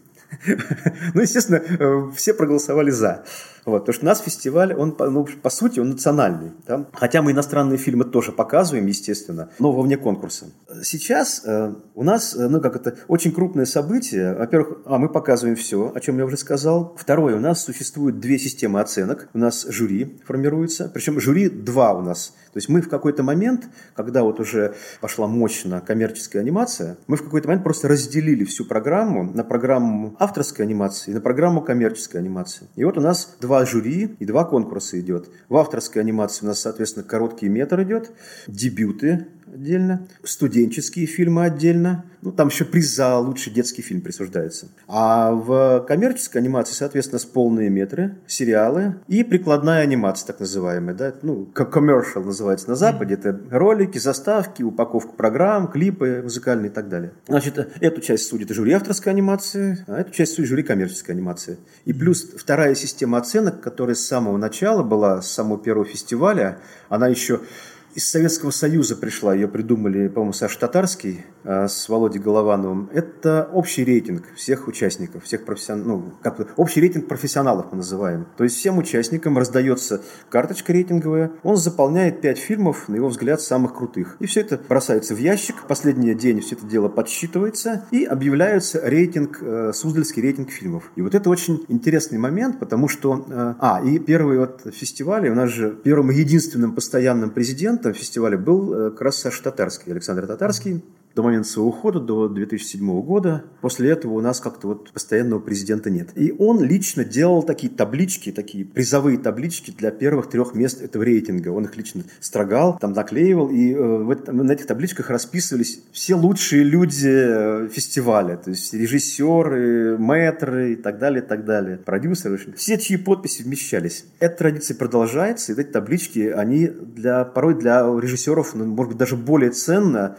Ну, естественно, все проголосовали «за». Вот, потому что у нас фестиваль, он, ну, по сути, он национальный. Да? Хотя мы иностранные фильмы тоже показываем, естественно, но вовне конкурса. Сейчас у нас, очень крупное событие. Во-первых, мы показываем все, о чем я уже сказал. Второе, у нас существует две системы оценок. У нас жюри формируется, причем жюри два у нас. То есть мы в какой-то момент, когда вот уже пошла мощно коммерческая анимация, мы в какой-то момент просто разделили всю программу на программу авторской анимации и на программу коммерческой анимации. И вот у нас два жюри и два конкурса идет. В авторской анимации у нас, соответственно, короткий метр идет, дебюты отдельно, студенческие фильмы отдельно. Ну, там еще приз за лучший детский фильм присуждается. А в коммерческой анимации, соответственно, с полные метры, сериалы и прикладная анимация, так называемая. Да? Ну, как commercial называется на Западе. Это ролики, заставки, упаковка программ, клипы музыкальные и так далее. Значит, эту часть судит жюри авторской анимации, а эту часть судит жюри коммерческой анимации. И плюс вторая система оценок, которая с самого начала была, с самого первого фестиваля, она еще из Советского Союза пришла, ее придумали, по-моему, Саша Татарский с Володей Головановым. Это общий рейтинг всех участников, всех профессионалов, общий рейтинг профессионалов мы называем. То есть всем участникам раздается карточка рейтинговая, он заполняет 5 фильмов, на его взгляд, самых крутых. И все это бросается в ящик, последний день все это дело подсчитывается и объявляется рейтинг, Суздальский рейтинг фильмов. И вот это очень интересный момент, потому что... и первый вот фестиваль, у нас же первым и единственным постоянным президентом фестиваля был как раз Саша Татарский, Александр Татарский. До момента своего ухода, до 2007 года. После этого у нас как-то вот постоянного президента нет. И он лично делал такие таблички, такие призовые таблички для первых 3 мест этого рейтинга. Он их лично строгал, там наклеивал, и на этих табличках расписывались все лучшие люди фестиваля. То есть режиссеры, мэтры и так далее, продюсеры. Все, чьи подписи вмещались. Эта традиция продолжается, и эти таблички, они порой для режиссеров, может быть, даже более ценно,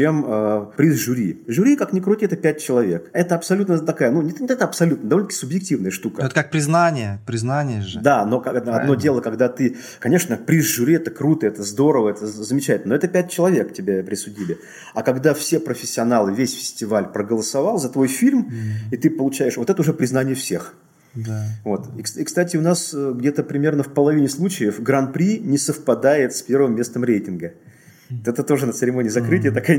чем приз жюри. Жюри, как ни крути, это 5 человек. Это абсолютно такая, не это абсолютно, довольно-таки субъективная штука. Это как признание же. Да, но одно дело, когда ты, конечно, приз жюри, это круто, это здорово, это замечательно, но это 5 человек тебе присудили. А когда все профессионалы, весь фестиваль проголосовал за твой фильм, и ты получаешь, вот это уже признание всех. Да. Вот. И, кстати, у нас где-то примерно в половине случаев гран-при не совпадает с первым местом рейтинга. Это тоже на церемонии закрытия такой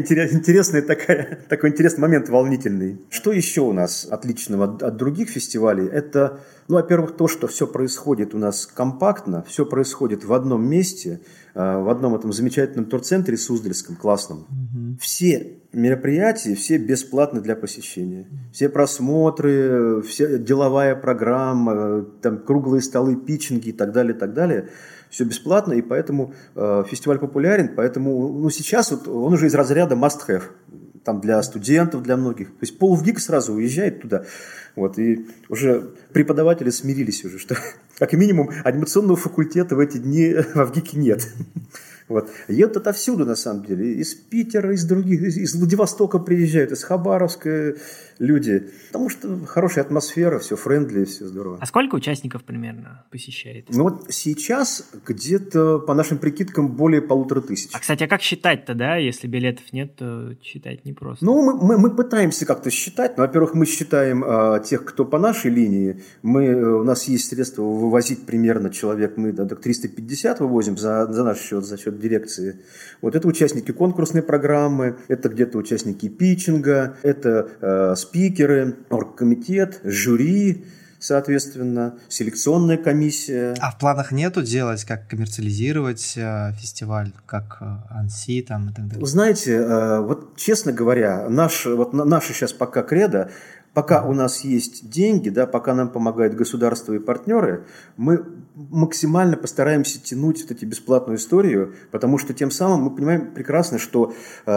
интересный момент, волнительный. Что еще у нас отличного от других фестивалей? Это, во-первых, то, что все происходит у нас компактно, все происходит в одном месте, в одном этом замечательном турцентре Суздальском, классном. Все мероприятия, все бесплатны для посещения. Все просмотры, вся деловая программа, там круглые столы, питчинги и так далее. Все бесплатно, и поэтому фестиваль популярен, поэтому сейчас он уже из разряда must-have. там для студентов, для многих. То есть полвгика сразу уезжает туда. Вот, и уже преподаватели смирились уже, что как минимум анимационного факультета в эти дни во ВГИКе нет. Вот. Едут отовсюду, на самом деле. Из Питера, из других, из Владивостока приезжают, из Хабаровска люди. Потому что хорошая атмосфера, все френдли, все здорово. А сколько участников примерно посещает? Ну вот сейчас где-то, по нашим прикидкам, более 1500. А, кстати, а как считать-то, да? Если билетов нет, то считать непросто. Ну, мы пытаемся как-то считать. Но, во-первых, мы считаем тех, кто по нашей линии. У нас есть средства вывозить примерно человек, мы 350 вывозим за наш счет, за счет дирекции. Вот это участники конкурсной программы, это где-то участники питчинга, это спикеры, оргкомитет, жюри, соответственно, селекционная комиссия. А в планах нету делать, как коммерциализировать фестиваль, как Анси там и так далее? Вы знаете, вот честно говоря, наше сейчас пока кредо, пока у нас есть деньги, да, пока нам помогают государство и партнеры, мы максимально постараемся тянуть вот эти бесплатную историю, потому что тем самым мы понимаем прекрасно, что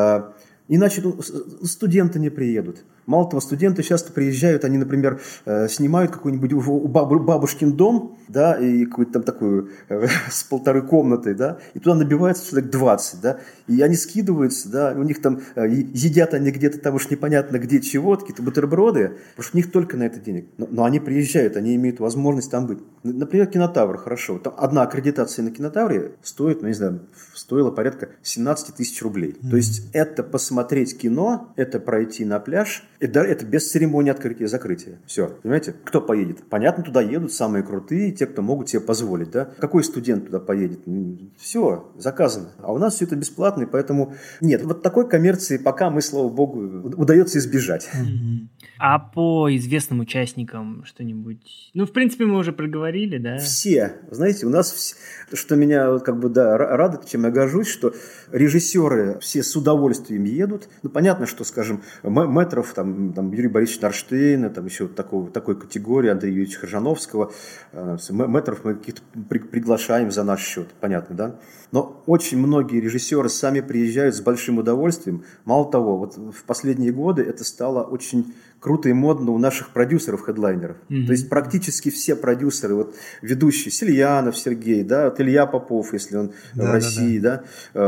иначе студенты не приедут. Мало того, студенты часто приезжают, они, например, снимают какой-нибудь бабушкин дом, да, и какую-то там такую с 1,5 комнатой, да, и туда набивается человек 20, да, и они скидываются, да, у них там едят они где-то там уж непонятно где чего, какие-то бутерброды, потому что у них только на это денег. Но они приезжают, они имеют возможность там быть. Например, Кинотавр, хорошо. Там одна аккредитация на Кинотавре стоит, ну, не знаю, стоила порядка 17 тысяч рублей. То есть это посмотреть кино, это пройти на пляж, это без церемонии открытия и закрытия. Все, понимаете? Кто поедет? Понятно, туда едут самые крутые, те, кто могут себе позволить, да? Какой студент туда поедет? Все, заказано. А у нас все это бесплатно, и поэтому нет. Вот такой коммерции пока мы, слава богу, удается избежать. А по известным участникам что-нибудь? Ну, в принципе, мы уже проговорили, да? Все. Знаете, у нас, что меня как бы, да, радует, чем я горжусь, что режиссеры все с удовольствием едут. Ну, понятно, что, скажем, Метров, там Юрий Борисович Нарштейна, там еще такой категории, Андрея Юрьевича Хржановского. Метров мы каких-то приглашаем за наш счет, понятно, да? Но очень многие режиссеры сами приезжают с большим удовольствием. Мало того, вот в последние годы это стало очень круто и модно у наших продюсеров-хедлайнеров. То есть практически все продюсеры, вот ведущие, Сельянов Сергей, да, вот Илья Попов, если он в России, да,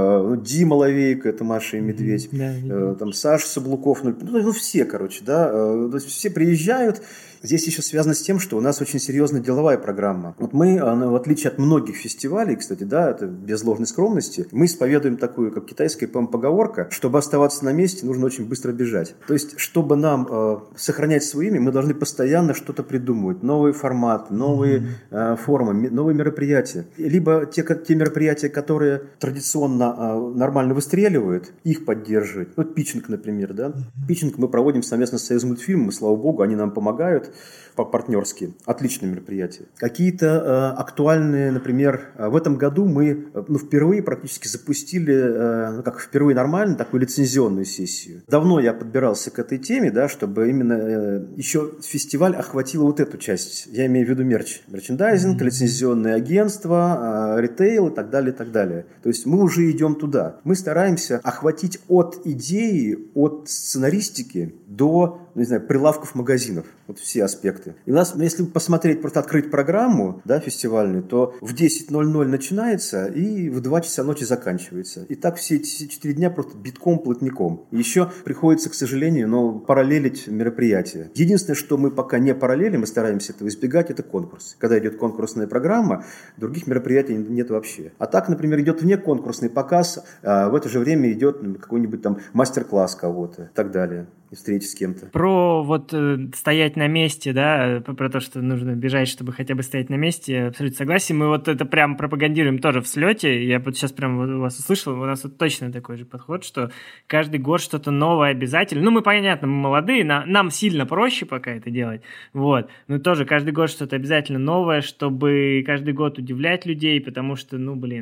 Дима Ловейко, это Маша и Медведь, там Саша Саблуков, ну все, короче, да, то есть все приезжают. Здесь еще связано с тем, что у нас очень серьезная деловая программа. Вот мы, в отличие от многих фестивалей, кстати, да, это без ложной скромности, мы исповедуем такую, как китайская поговорка, чтобы оставаться на месте, нужно очень быстро бежать. То есть, чтобы нам сохранять свое имя, мы должны постоянно что-то придумывать, новые форматы, новые формы, новые мероприятия. Либо те мероприятия, которые традиционно нормально выстреливают, их поддерживать. Вот питчинг, например, да. Питчинг мы проводим совместно с Союзмультфильмом, и, слава богу, они нам помогают по-партнерски. Отличное мероприятие. Какие-то актуальные, например, в этом году мы впервые практически запустили, как впервые нормально, такую лицензионную сессию. Давно я подбирался к этой теме, да, чтобы именно еще фестиваль охватил вот эту часть. Я имею в виду мерчендайзинг, лицензионные агентства, ритейл и так далее, и так далее. То есть мы уже идем туда. Мы стараемся охватить от идеи, от сценаристики до, не знаю, прилавков магазинов. Вот все аспекты. И у нас, если посмотреть, просто открыть программу, да, фестивальную, то в 10:00 начинается и в 2 часа ночи заканчивается. И так все эти 4 дня просто битком, плотником. Еще приходится, к сожалению, параллелить мероприятия. Единственное, что мы пока не параллелим, мы стараемся этого избегать, это конкурс. Когда идет конкурсная программа, других мероприятий нет вообще. А так, например, идет внеконкурсный показ, а в это же время идет какой-нибудь там мастер-класс кого-то и так далее. И встречи с кем-то. Про вот стоять на месте, да, про то, что нужно бежать, чтобы хотя бы стоять на месте, абсолютно согласен. Мы вот это прям пропагандируем тоже в слете. Я вот сейчас прям у вас услышал, у нас вот точно такой же подход, что каждый год что-то новое обязательно. Ну, мы, понятно, мы молодые, нам сильно проще пока это делать, вот. Но тоже каждый год что-то обязательно новое, чтобы каждый год удивлять людей, потому что,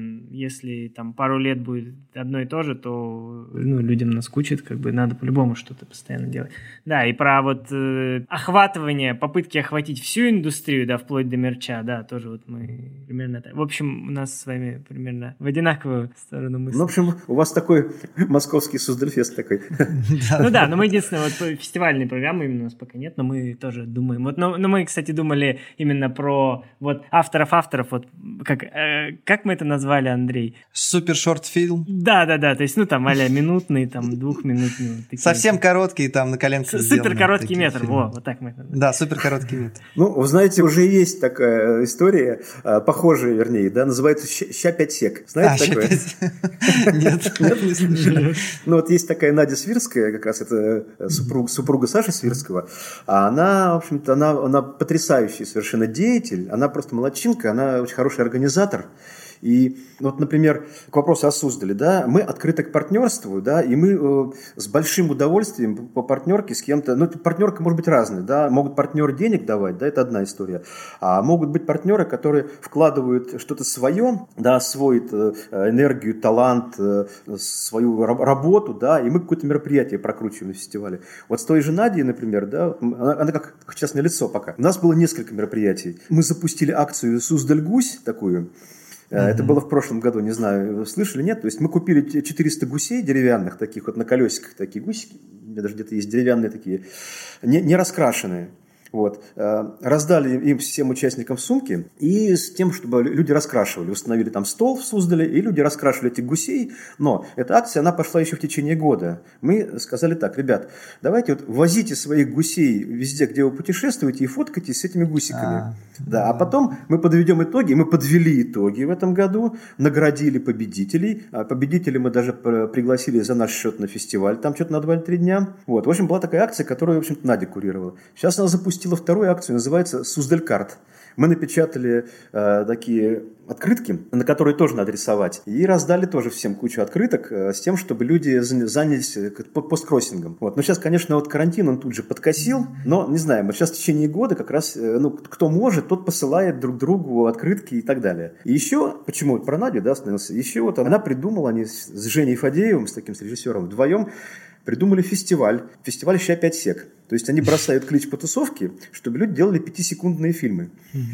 если там пару лет будет одно и то же, то людям наскучит, как бы надо по-любому что-то постоянно постоянно делать. Да, и про вот охватывание, попытки охватить всю индустрию, да, вплоть до мерча, да, тоже вот мы примерно так. В общем, у нас с вами примерно в одинаковую сторону мысли. Ну, в общем, у вас такой московский Суздальфест такой. Ну да, но мы единственное, вот фестивальной программы именно у нас пока нет, но мы тоже думаем. Вот, но мы, кстати, думали именно про вот авторов, вот как мы это назвали, Андрей? Супер шорт-фильм. Да, то есть, ну там а-ля минутный, там двухминутный. Совсем короткий, там на коленке супер короткий метр, вот так мы это называем. Да, супер короткий метр. Ну, вы знаете, уже есть такая история, похожая, вернее, да, называется «Ща 5 сек». Знаете такое? Нет, не слышали. Ну, вот есть такая Надя Свирская, как раз это супруга Саши Свирского. А она, в общем-то, она потрясающий совершенно деятель, она просто молодчинка, она очень хороший организатор. И вот, например, к вопросу о Суздале, да, мы открыты к партнерству, да, и мы с большим удовольствием по партнерке с кем-то, ну, партнерка может быть разная, да, могут партнеры денег давать, да, это одна история, а могут быть партнеры, которые вкладывают что-то свое, да, свою энергию, талант, свою работу, да, и мы какое-то мероприятие прокручиваем на фестивале. Вот с той же Надей, например, да, она как частное лицо пока. У нас было несколько мероприятий. Мы запустили акцию «Суздаль-Гусь» такую. Это было в прошлом году, не знаю, слышали, нет? То есть мы купили 400 гусей деревянных, таких вот на колесиках, такие гусики, у меня даже где-то есть деревянные такие, не раскрашенные. Вот. Раздали им всем участникам сумки и с тем, чтобы люди раскрашивали. Установили там стол в Суздале, и люди раскрашивали этих гусей. Но эта акция, она пошла еще в течение года. Мы сказали так: ребят, давайте вот возите своих гусей везде, где вы путешествуете, и фоткайтесь с этими гусиками. А потом мы подведем итоги. Мы подвели итоги в этом году, наградили победителей. Победителей мы даже пригласили за наш счет на фестиваль. Там что-то на 2-3 дня. Вот. В общем, была такая акция, которую, в общем-то, Надя курировала. Сейчас она запустила вторую акцию, называется «Суздаль-карт». Мы напечатали такие открытки, на которые тоже надо рисовать, и раздали тоже всем кучу открыток с тем, чтобы люди занялись посткроссингом. Вот. Но сейчас, конечно, вот карантин он тут же подкосил, но не знаю, вот сейчас в течение года как раз, кто может, тот посылает друг другу открытки и так далее. И еще, почему про Надю, да, остановился, еще вот она придумала, они с Женей Фадеевым, с режиссером, вдвоем придумали фестиваль «Ща 5 сек». То есть они бросают клич по тусовке, чтобы люди делали 5-секундные фильмы.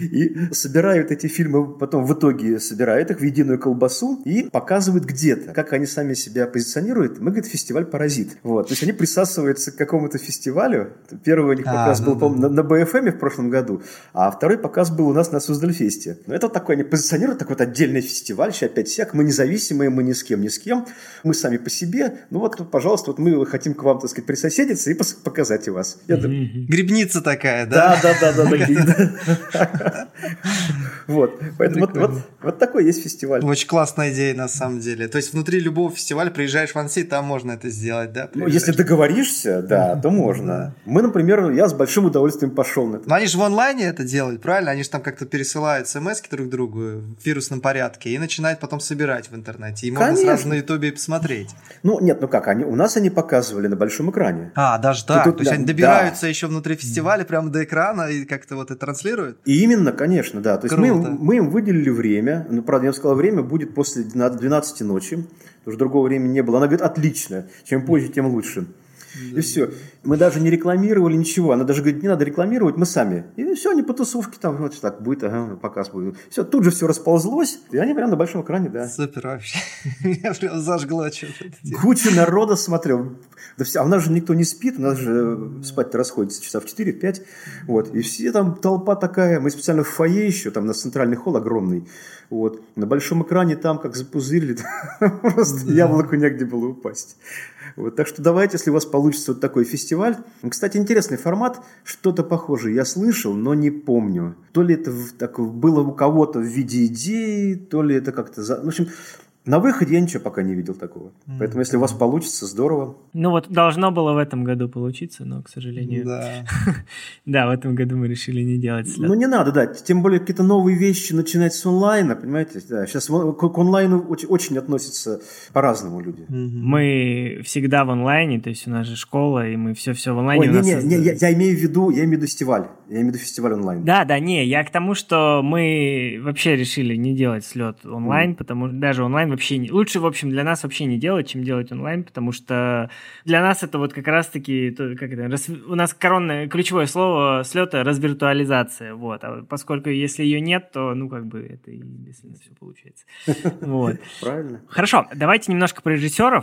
И собирают эти фильмы, потом в итоге собирают их в единую колбасу и показывают где-то, как они сами себя позиционируют. Мы, говорит, фестиваль «Паразит». Вот. То есть они присасываются к какому-то фестивалю. Первый у них показ был, по-моему, на БФМе в прошлом году, а второй показ был у нас на Суздальфесте. Но это вот такой, они позиционируют такой вот отдельный фестиваль «Ща 5 сек». Мы независимые, мы ни с кем. Мы сами по себе. Ну вот, пожалуйста, вот мы хотим к вам, так сказать, присоседиться и показать и вас. Грибница такая, да? Да. Вот. Поэтому вот такой есть фестиваль. Очень классная идея, на самом деле. То есть внутри любого фестиваля приезжаешь в Анси, там можно это сделать, да? Ну, если договоришься, да, то можно. Мы, например, я с большим удовольствием пошел на это. Но они же в онлайне это делают, правильно? Они же там как-то пересылают смс-ки друг другу в вирусном порядке и начинают потом собирать в интернете. И можно сразу на Ютубе посмотреть. Ну, нет, ну как, у нас они показывали на большом экране. Даже так? То есть они добираются еще внутри фестиваля прямо до экрана и как-то вот это транслируют? И именно, конечно, да. То есть мы им выделили время. Ну, правда, я сказал, время будет после 12 ночи. Потому что другого времени не было. Она говорит, отлично. Чем позже, тем лучше. И все. Мы даже не рекламировали ничего. Она даже говорит, не надо рекламировать, мы сами. И все, они по тусовке там, вот так будет, показ будет. Все, тут же все расползлось, и они прямо на большом экране, да. Супер вообще. Меня прям зажгло что-то. Куча народа смотрел. Да все, а у нас же никто не спит, у нас же спать-то расходится часа в 4-5. Вот. И все там, толпа такая. Мы специально в фойе еще, там у нас центральный холл огромный. Вот. На большом экране там как запузырили. Просто яблоку негде было упасть. Вот, так что давайте, если у вас получится вот такой фестиваль. Кстати, интересный формат, что-то похожее я слышал, но не помню. То ли это было у кого-то в виде идеи, то ли это как-то... В общем, на выходе я ничего пока не видел такого. Поэтому, если у вас получится, здорово. Ну вот, должно было в этом году получиться, но, к сожалению... Да, в этом году мы решили не делать слет. Ну, не надо, да. Тем более, какие-то новые вещи начинать с онлайна, понимаете? Да, сейчас к онлайну очень относятся по-разному люди. Мы всегда в онлайне, то есть у нас же школа, и мы все в онлайне. Ой, я имею в виду фестиваль. Я имею в виду фестиваль онлайн. Да, не, я к тому, что мы вообще решили не делать слет онлайн, потому что даже онлайн вообще не... Лучше, в общем, для нас вообще не делать, чем делать онлайн, потому что для нас это вот как раз-таки, у нас коронное, ключевое слово слета — развиртуализация, вот, а поскольку если ее нет, то, это и бессмысленно все получается. Вот. Правильно. Хорошо, давайте немножко про режиссеров.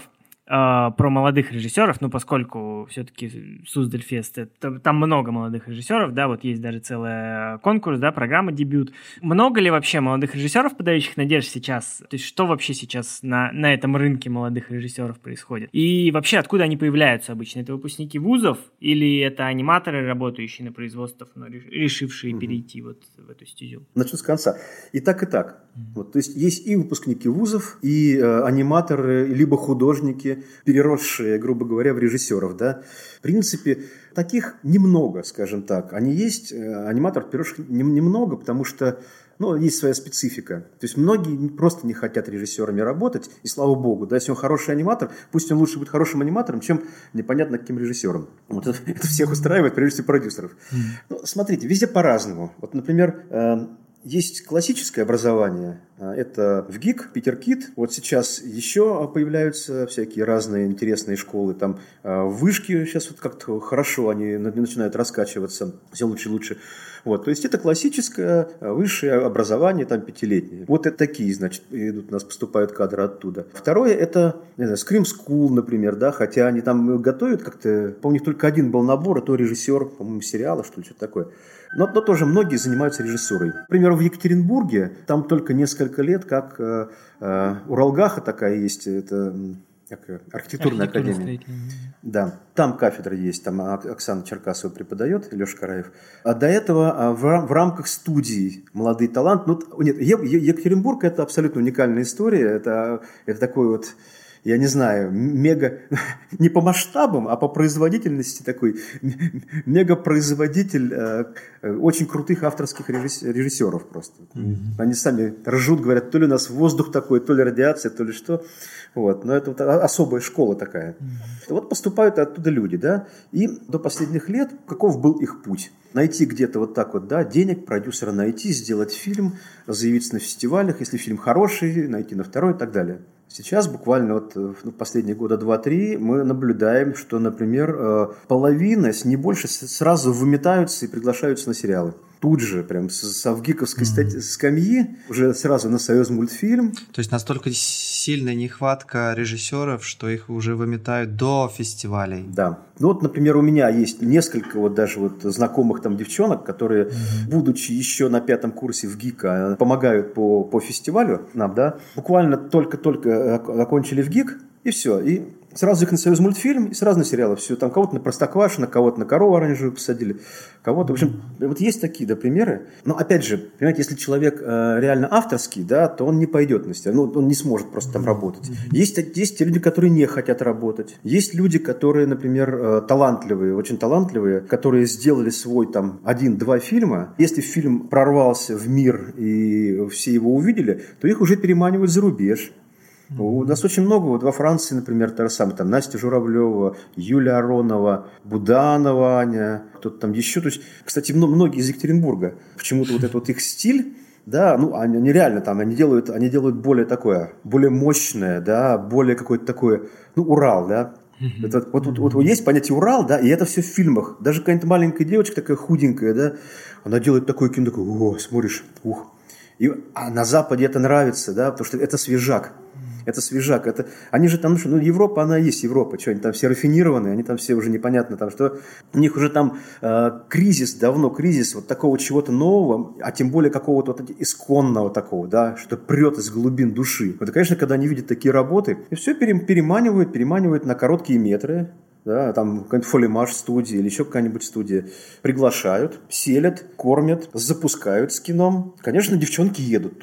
Про молодых режиссеров, поскольку все-таки Суздальфест, там много молодых режиссеров, да, вот есть даже целый конкурс, да, программа «Дебют». Много ли вообще молодых режиссеров, подающих надежд сейчас? То есть что вообще сейчас на этом рынке молодых режиссеров происходит? И вообще откуда они появляются обычно? Это выпускники вузов или это аниматоры, работающие на производствах, но решившие перейти вот в эту стезю? Начну с конца. И так, и так. Вот, то есть есть и выпускники вузов, и аниматоры, либо художники, переросшие, грубо говоря, в режиссеров, да. В принципе, таких немного, скажем так. Они есть, аниматоров переросших немного, потому что, есть своя специфика. То есть многие просто не хотят режиссерами работать, и слава богу, да, если он хороший аниматор, пусть он лучше будет хорошим аниматором, чем непонятно каким режиссером. Вот это всех устраивает, прежде всего продюсеров. Смотрите, везде по-разному. Вот, например, есть классическое образование, это в ГИК, Питер КИТ. Вот сейчас еще появляются всякие разные интересные школы. Там вышки сейчас вот как-то хорошо, они начинают раскачиваться все лучше и лучше. Вот, то есть это классическое высшее образование, там 5-летнее. Вот это такие, значит, идут, у нас поступают кадры оттуда. Второе это, Scream School, например, да, хотя они там готовят как-то, помню, только один был набор, а то режиссер, по-моему, сериала, что ли, что-то такое. Но тоже многие занимаются режиссурой. Например, в Екатеринбурге там только несколько лет, как Уралгаха такая есть, это архитектурная академия. Да, там кафедра есть, там Оксана Черкасова преподает, Леша Караев. А до этого в рамках студии «Молодые таланты». Екатеринбург – это абсолютно уникальная история, это такой вот... Я не знаю, мега, не по масштабам, а по производительности такой, мегапроизводитель очень крутых авторских режиссеров просто. Они сами ржут, говорят, то ли у нас воздух такой, то ли радиация, то ли что. Вот. Но это вот особая школа такая. Вот поступают оттуда люди, да, и до последних лет каков был их путь? Найти где-то вот так вот, да, денег, продюсера найти, сделать фильм, заявиться на фестивалях, если фильм хороший, найти на второй и так далее. Сейчас буквально в последние года 2-3 мы наблюдаем, что, например, половина, если не больше, сразу выметаются и приглашаются на сериалы. Тут же, прям с авгиковской скамьи, уже сразу на Союзмультфильм. То есть настолько сильная нехватка режиссеров, что их уже выметают до фестивалей. Да. Например, у меня есть несколько даже знакомых там девчонок, которые, будучи еще на 5-м курсе в ГИКа, помогают по фестивалю нам, да, буквально только окончили в ГИК, и все, и сразу их на Союзмультфильм, и сразу на сериалы. Все, там кого-то на Простоквашино, кого-то на корову оранжевую посадили, кого-то. В общем, вот есть такие, да, примеры. Но опять же, понимаете, если человек реально авторский, да, то он не пойдет на сериал. Он не сможет просто там работать. Есть те люди, которые не хотят работать. Есть люди, которые, например, талантливые, очень талантливые, которые сделали свой там 1-2 фильма. Если фильм прорвался в мир и все его увидели, то их уже переманивают за рубеж. У нас очень много, во Франции, например, та же самая, там Настя Журавлева, Юлия Аронова, Буданова Аня, кто-то там еще. То есть, кстати, многие из Екатеринбурга. Почему-то вот этот их стиль, да, они реально там, они делают более такое, более мощное, да, более какое-то такое, Урал, да. Это, вот есть понятие Урал, да, и это все в фильмах. Даже какая-то маленькая девочка такая худенькая, да, она делает такое кино, такое, смотришь, ух. А на Западе это нравится, да, потому что это свежак. Это свежак. Они же там, Европа, она и есть Европа. Что, они там все рафинированные, они там все уже непонятно, там, что у них уже там кризис вот такого чего-то нового, а тем более какого-то вот исконного такого, да, что прет из глубин души. Вот, конечно, когда они видят такие работы, и все переманивают на короткие метры, да, там какой-нибудь Фолимаж студия или еще какая-нибудь студия, приглашают, селят, кормят, запускают с кином. Конечно, девчонки едут туда.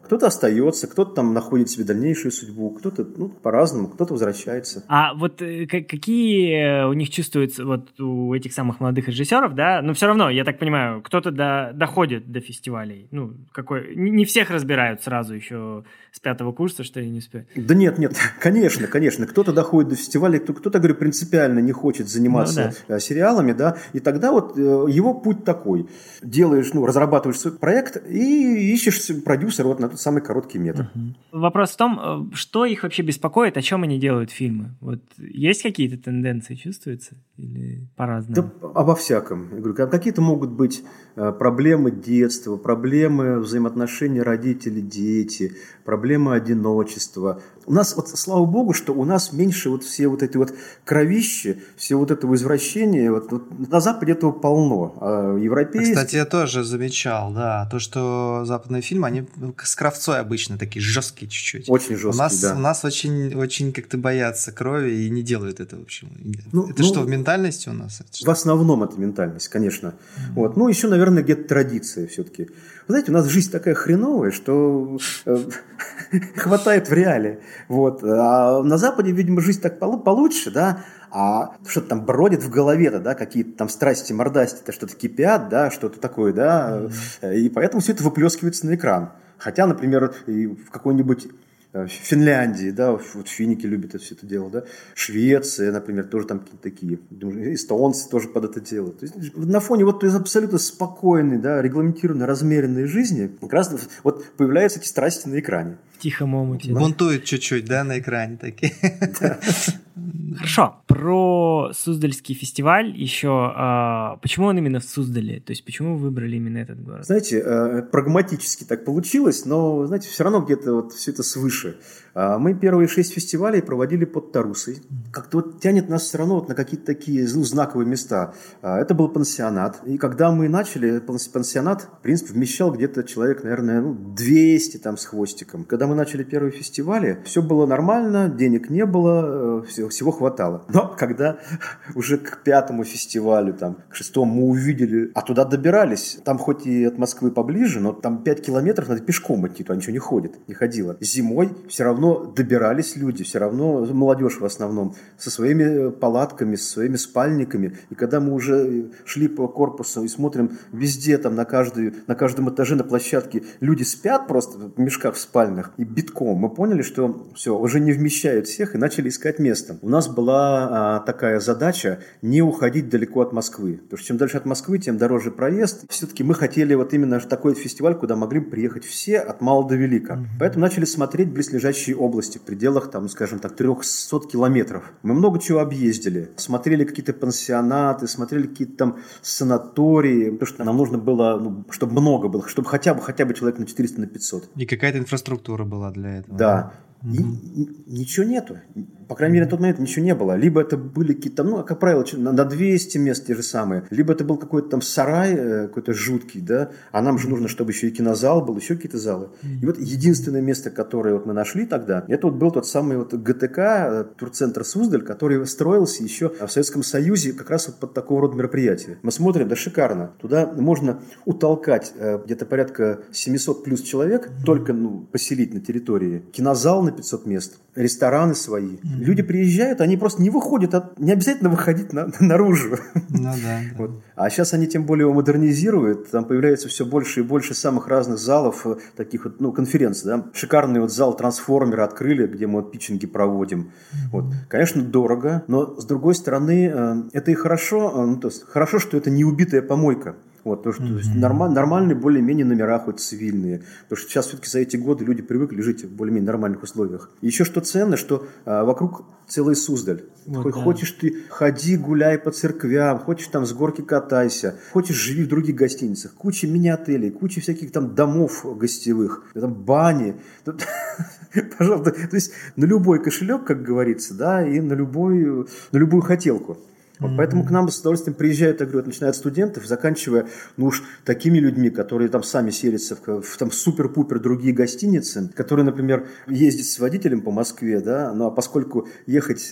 Кто-то остается, кто-то там находит себе дальнейшую судьбу, кто-то по-разному, кто-то возвращается. А вот какие у них чувствуются вот у этих самых молодых режиссеров, да? Но все равно, я так понимаю, кто-то доходит до фестивалей. Не всех разбирают сразу еще с 5-го курса, что я не успею. Да нет, конечно. Кто-то доходит до фестивалей, кто-то, говорю, принципиально не хочет заниматься сериалами, да, и тогда вот его путь такой. Делаешь, разрабатываешь свой проект и ищешь продюсера вот на тот самый короткий метр. Вопрос в том, что их вообще беспокоит, о чем они делают фильмы? Вот есть какие-то тенденции, чувствуются? Или по-разному? Да обо всяком. Я говорю, какие-то могут быть проблемы детства, проблемы взаимоотношений родители-дети, проблемы одиночества. У нас, вот, слава богу, что у нас меньше вот все вот эти вот кровищи, все вот этого извращения. Вот на Западе этого полно. А европейские... Кстати, я тоже замечал, да, то, что западные фильмы, они с кровцой обычно такие жесткие чуть-чуть. Очень жесткие, У нас очень, очень как-то боятся крови и не делают этого, в общем. Это что, в ментальности у нас? В основном это ментальность, конечно. Вот. Еще, наверное, где-то традиция все-таки. Вы знаете, у нас жизнь такая хреновая, что хватает в реале. Вот. А на Западе, видимо, жизнь так получше, да, а что-то там бродит в голове-то, да, какие-то там страсти, мордасти-то что-то кипят, да, что-то такое, да, и поэтому все это выплескивается на экран. Хотя, например, в какой-нибудь Финляндии, да, вот финики любят это все это дело, да, Швеция, например, тоже там какие-то такие, эстонцы тоже под это дело. То есть на фоне вот той абсолютно спокойной, да, регламентированной, размеренной жизни как раз вот появляются эти страсти на экране. В тихом омуте. Бунтуют чуть-чуть, да, на экране такие. Хорошо. Про Суздальский фестиваль еще. Почему он именно в Суздале? То есть, почему вы выбрали именно этот город? Знаете, прагматически так получилось, но, знаете, все равно где-то вот все это свыше. Мы первые 6 фестивалей проводили под Тарусой. Как-то вот тянет нас все равно вот на какие-то такие знаковые места. Это был пансионат. И когда мы начали, пансионат, в принципе, вмещал где-то человек, наверное, 200 там с хвостиком. Когда мы начали первые фестивали, все было нормально, денег не было, всего хватало. Но когда уже к 5-му фестивалю, там, к 6-му мы увидели, а туда добирались, там хоть и от Москвы поближе, но там 5 километров надо пешком идти, туда ничего не ходило. Зимой все равно добирались люди, все равно молодежь в основном, со своими палатками, со своими спальниками. И когда мы уже шли по корпусу и смотрим везде, там на каждом этаже, на площадке, люди спят просто в мешках в спальнях и битком, мы поняли, что все, уже не вмещают всех и начали искать место. У нас была такая задача не уходить далеко от Москвы. Потому что чем дальше от Москвы, тем дороже проезд. Все-таки мы хотели вот именно такой фестиваль, куда могли приехать все от мала до велика. Поэтому начали смотреть близлежащие области в пределах, там, скажем так, 300 километров. Мы много чего объездили. Смотрели какие-то пансионаты, смотрели какие-то там санатории. Потому что нам нужно было, чтобы много было, чтобы хотя бы человек на 400, на 500. И какая-то инфраструктура была для этого. Да. И ничего нету. По крайней мере, на тот момент ничего не было. Либо это были какие-то, как правило, на 200 мест те же самые. Либо это был какой-то там сарай, какой-то жуткий, да. А нам же нужно, чтобы еще и кинозал был, еще какие-то залы. И вот единственное место, которое вот мы нашли тогда, это вот был тот самый вот ГТК, турцентр Суздаль, который строился еще в Советском Союзе как раз вот под такого рода мероприятия. Мы смотрим, да шикарно. Туда можно утолкать где-то порядка 700 плюс человек, только поселить на территории. Кинозал на 500 мест, рестораны свои. Люди приезжают, они просто не выходят, не обязательно выходить наружу. Да. Вот. А сейчас они тем более его модернизируют, там появляется все больше и больше самых разных залов, таких вот, конференций. Да? Шикарный вот зал трансформера открыли, где мы вот питчинги проводим. Вот. Конечно, дорого, но с другой стороны, это и хорошо, то есть хорошо, что это не убитая помойка. Вот, то, что нормальные более-менее номера, хоть цивильные. Потому что сейчас все-таки за эти годы люди привыкли жить в более-менее нормальных условиях. И еще что ценно, что вокруг целый Суздаль. Вот, хочешь ты ходи, гуляй по церквям, хочешь там с горки катайся, хочешь живи в других гостиницах. Куча мини-отелей, куча всяких там домов гостевых, там бани. Пожалуйста, то есть на любой кошелек, как говорится, да, и на любую хотелку. Вот поэтому к нам с удовольствием приезжают, я говорю, начиная от студентов, заканчивая, уж такими людьми, которые там сами селятся в там супер-пупер другие гостиницы, которые, например, ездят с водителем по Москве, да, ну а поскольку ехать,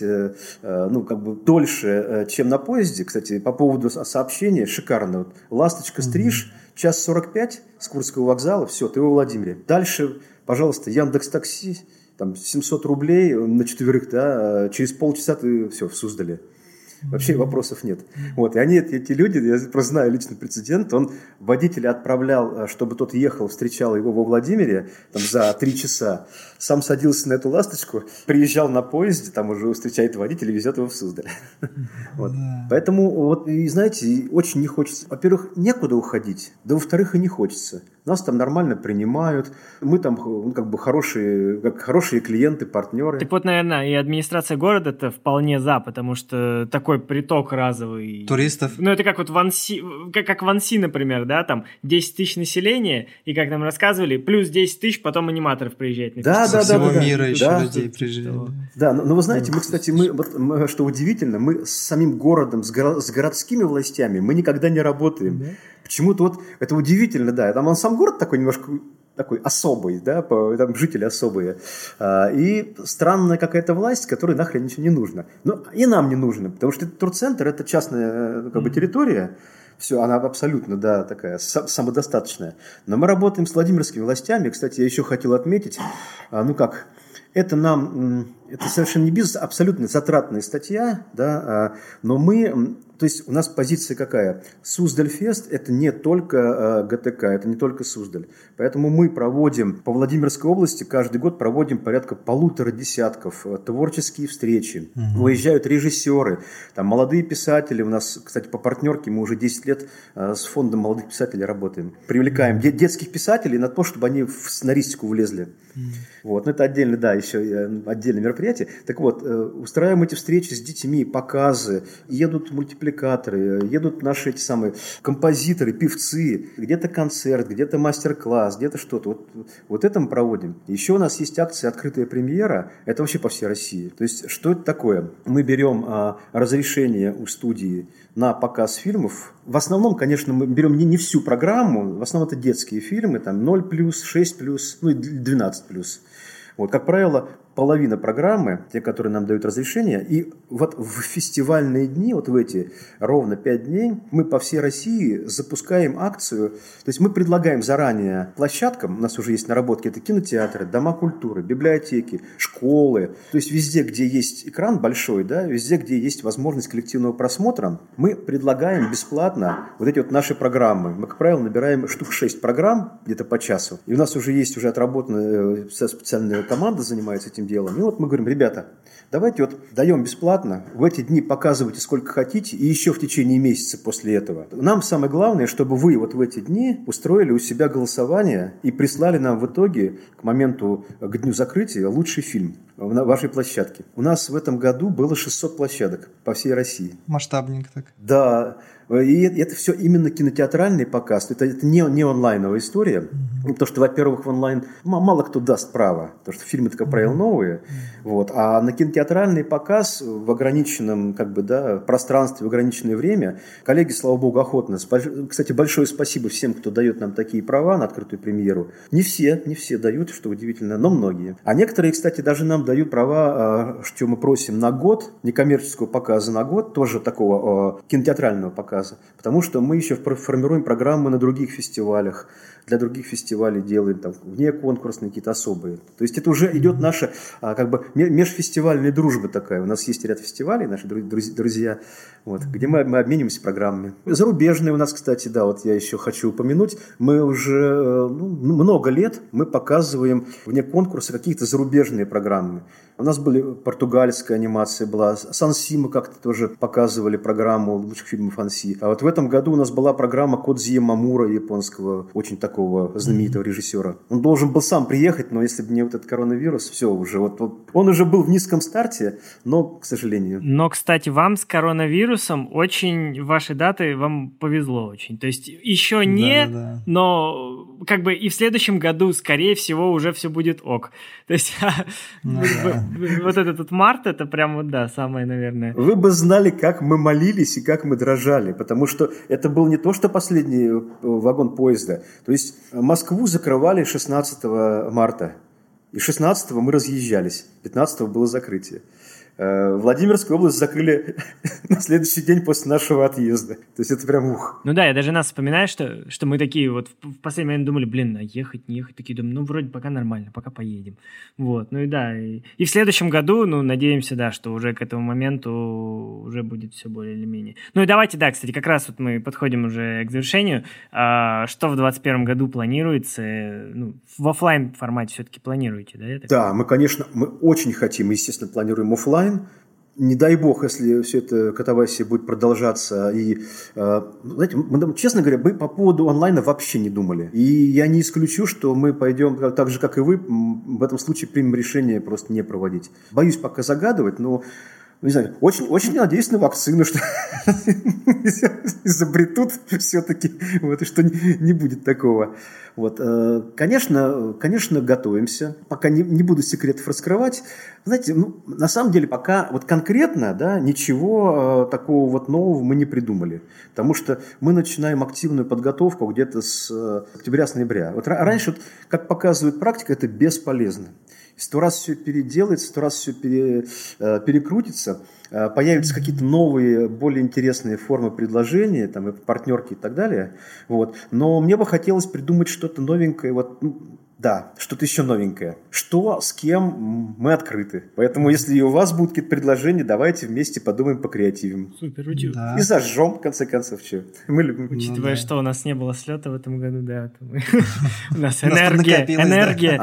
дольше, чем на поезде, кстати, по поводу сообщения, шикарно, вот, «Ласточка», Стриж, час 45 с Курского вокзала, все, ты во Владимире. Дальше Пожалуйста, Яндекс.Такси, там 700 рублей на 4, да, через полчаса ты все в Суздале. Вообще вопросов нет. Вот. И они, эти люди, я просто знаю личный прецедент, он водителя отправлял, чтобы тот ехал, встречал его во Владимире там, за 3 часа, сам садился на эту ласточку, приезжал на поезде, там уже встречает водителя и везет его в Суздаль. Вот. Поэтому, вот, и знаете, очень не хочется. Во-первых, некуда уходить, да во-вторых, и не хочется. Нас там нормально принимают, мы там как бы хорошие клиенты, партнеры. Так вот, наверное, и администрация города-то вполне за, потому что такой приток разовый. Туристов. Ну, это как вот в Анси, как в Анси, например, да, там 10 тысяч населения, и как нам рассказывали, плюс 10 тысяч, потом аниматоров приезжает. Со всего мира еще людей приезжают. Да, но вы знаете, мы, кстати, мы, что удивительно, мы с самим городом, с городскими властями мы никогда не работаем. Почему-то вот это удивительно, да. Там он сам город такой немножко такой особый, да, там жители особые. И странная какая-то власть, которой нахрен ничего не нужно. Но и нам не нужно, потому что этот турцентр – это частная как бы, территория. Все, она абсолютно, да, такая самодостаточная. Но мы работаем с владимирскими властями. Кстати, я еще хотел отметить, это совершенно не бизнес, абсолютно затратная статья, да, но то есть у нас позиция какая? Суздальфест – это не только ГТК, это не только Суздаль. Поэтому мы проводим по Владимирской области, каждый год проводим порядка 1,5 десятков творческие встречи. Выезжают режиссеры, там молодые писатели. У нас, кстати, по партнерке мы уже 10 лет с фондом молодых писателей работаем. Привлекаем детских писателей на то, чтобы они в сценаристику влезли. Вот. Но это отдельно, да, еще отдельное мероприятие. Так вот, устраиваем эти встречи с детьми, показы, едут мультипликаторы, едут наши эти самые композиторы, певцы, где-то концерт, где-то мастер-класс, где-то что-то. Вот это мы проводим. Еще у нас есть акция «Открытая премьера». Это вообще по всей России. То есть, что это такое? Мы берем разрешение у студии на показ фильмов. В основном, конечно, мы берем не всю программу, в основном это детские фильмы, там 0+, 6+, ну и 12+. Вот, как правило, половина программы, те, которые нам дают разрешение, и вот в фестивальные дни, вот в эти ровно 5 дней, мы по всей России запускаем акцию, то есть мы предлагаем заранее площадкам, у нас уже есть наработки, это кинотеатры, дома культуры, библиотеки, школы, то есть везде, где есть экран большой, да, везде, где есть возможность коллективного просмотра, мы предлагаем бесплатно вот эти вот наши программы. Мы, как правило, набираем штук 6 программ, где-то по часу, и у нас уже есть отработанная специальная команда, занимается этим делом. И вот мы говорим, ребята, давайте вот даем бесплатно, в эти дни показывайте сколько хотите, и еще в течение месяца после этого. Нам самое главное, чтобы вы вот в эти дни устроили у себя голосование и прислали нам в итоге к дню закрытия лучший фильм на вашей площадке. У нас в этом году было 600 площадок по всей России. Масштабненько так. Да. И это все именно кинотеатральный показ. Это не онлайновая история. Потому что, во-первых, в онлайн мало кто даст право. Потому что фильмы, как правило, новые. Вот. А на кинотеатральный показ в ограниченном пространстве, в ограниченное время коллеги, слава богу, охотно. Кстати, большое спасибо всем, кто дает нам такие права на открытую премьеру. Не все дают, что удивительно, но многие. А некоторые, кстати, даже нам дают права, что мы просим на год, некоммерческого показа на год, тоже такого кинотеатрального показа. Потому что мы еще формируем программы на других фестивалях. Для других фестивалей делаем там вне конкурсные какие-то особые. То есть это уже идет наша межфестивальная дружба такая. У нас есть ряд фестивалей, наши друзья, вот, где мы обмениваемся программами. Зарубежные у нас, кстати, да, вот я еще хочу упомянуть. Мы уже много лет мы показываем вне конкурса какие-то зарубежные программы. У нас были португальская анимация была, с Анси мы как-то тоже показывали программу лучших фильмов Анси. А вот в этом году у нас была программа Кодзие Мамура, японского, очень такого знаменитого режиссера. Он должен был сам приехать, но если бы не вот этот коронавирус, все уже. Вот он уже был в низком старте, но, к сожалению. Но, кстати, вам с коронавирусом очень, ваши даты, вам повезло очень. То есть еще не, но как бы и в следующем году, скорее всего, уже все будет ок. То есть вот этот март, это прям вот, да, самое, наверное. Вы бы знали, как мы молились и как мы дрожали, потому что это был не то, что последний вагон поезда. То есть Москву закрывали 16 марта, и 16 мы разъезжались, 15 было закрытие. Владимирскую область закрыли на следующий день после нашего отъезда. То есть это прям ух. Ну да, я даже нас вспоминаю, что мы такие вот в последний момент думали, ехать, не ехать. Такие думаем, вроде пока нормально, пока поедем. Вот, ну и да. И в следующем году, надеемся, да, что уже к этому моменту уже будет все более или менее. Ну и давайте, да, кстати, как раз вот мы подходим уже к завершению. Что в 2021 году планируется? В офлайн формате все-таки планируете, да? Да, мы, конечно, мы очень хотим, естественно, планируем офлайн. Не дай бог, если все это катавасия будет продолжаться. И, знаете, мы, честно говоря, мы по поводу онлайна вообще не думали. И я не исключу, что мы пойдем, так же, как и вы, в этом случае примем решение просто не проводить. Боюсь пока загадывать, но не знаю, очень, очень надеюсь на вакцину, что изобретут все-таки, и что не будет такого. Вот. Конечно, готовимся. Пока не буду секретов раскрывать. Знаете, на самом деле пока вот конкретно, да, ничего такого вот нового мы не придумали. Потому что мы начинаем активную подготовку где-то с октября-ноября. Вот раньше, как показывает практика, это бесполезно. 100 раз все переделается, 100 раз все перекрутится, появятся какие-то новые, более интересные формы предложения, там, партнерки и так далее. Вот. Но мне бы хотелось придумать что-то новенькое, что-то еще новенькое. Что, с кем мы открыты. Поэтому, если и у вас будут какие-то предложения, давайте вместе подумаем, покреативим. Супер, да. И зажжем, в конце концов, что. Мы любим. Учитывая, что у нас не было слета в этом году, да. У нас энергия.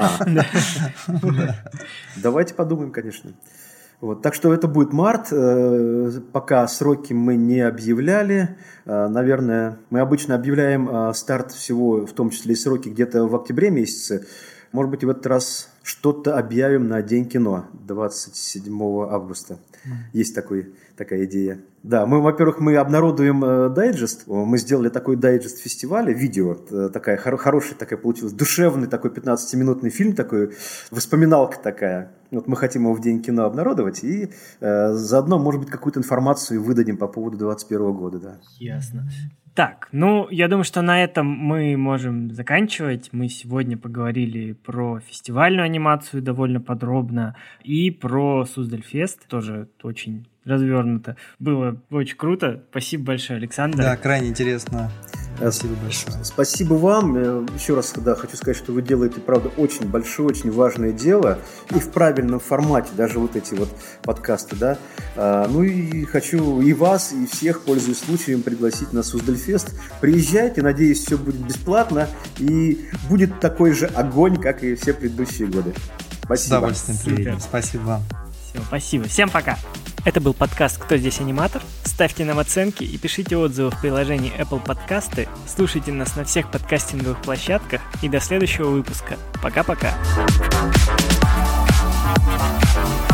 Давайте подумаем, конечно. Вот. Так что это будет март. Пока сроки мы не объявляли. Наверное, мы обычно объявляем старт всего, в том числе и сроки, где-то в октябре месяце. Может быть, в этот раз что-то объявим на День кино 27 августа. Есть такая идея. Да, во-первых, мы обнародуем дайджест. Мы сделали такой дайджест фестиваля, видео. Такая хорошая такая получилась, душевный такой 15-минутный фильм, такой, воспоминалка такая. Вот мы хотим его в День кино обнародовать и заодно, может быть, какую-то информацию выдадим по поводу 2021 года. Да. Ясно. Так, я думаю, что на этом мы можем заканчивать. Мы сегодня поговорили про фестивальную анимацию довольно подробно и про Суздальфест, тоже очень развернуто. Было очень круто. Спасибо большое, Александр. Да, крайне интересно. Спасибо большое. Спасибо вам. Еще раз хочу сказать, что вы делаете, правда, очень большое, очень важное дело. И в правильном формате, даже вот эти вот подкасты, да. И хочу и вас, и всех, пользуясь случаем, пригласить на Суздальфест. Приезжайте, надеюсь, все будет бесплатно. И будет такой же огонь, как и все предыдущие годы. Спасибо. С удовольствием приедем. Спасибо вам. Все, спасибо. Всем пока. Это был подкаст «Кто здесь аниматор?». Ставьте нам оценки и пишите отзывы в приложении Apple Подкасты. Слушайте нас на всех подкастинговых площадках. И до следующего выпуска. Пока-пока.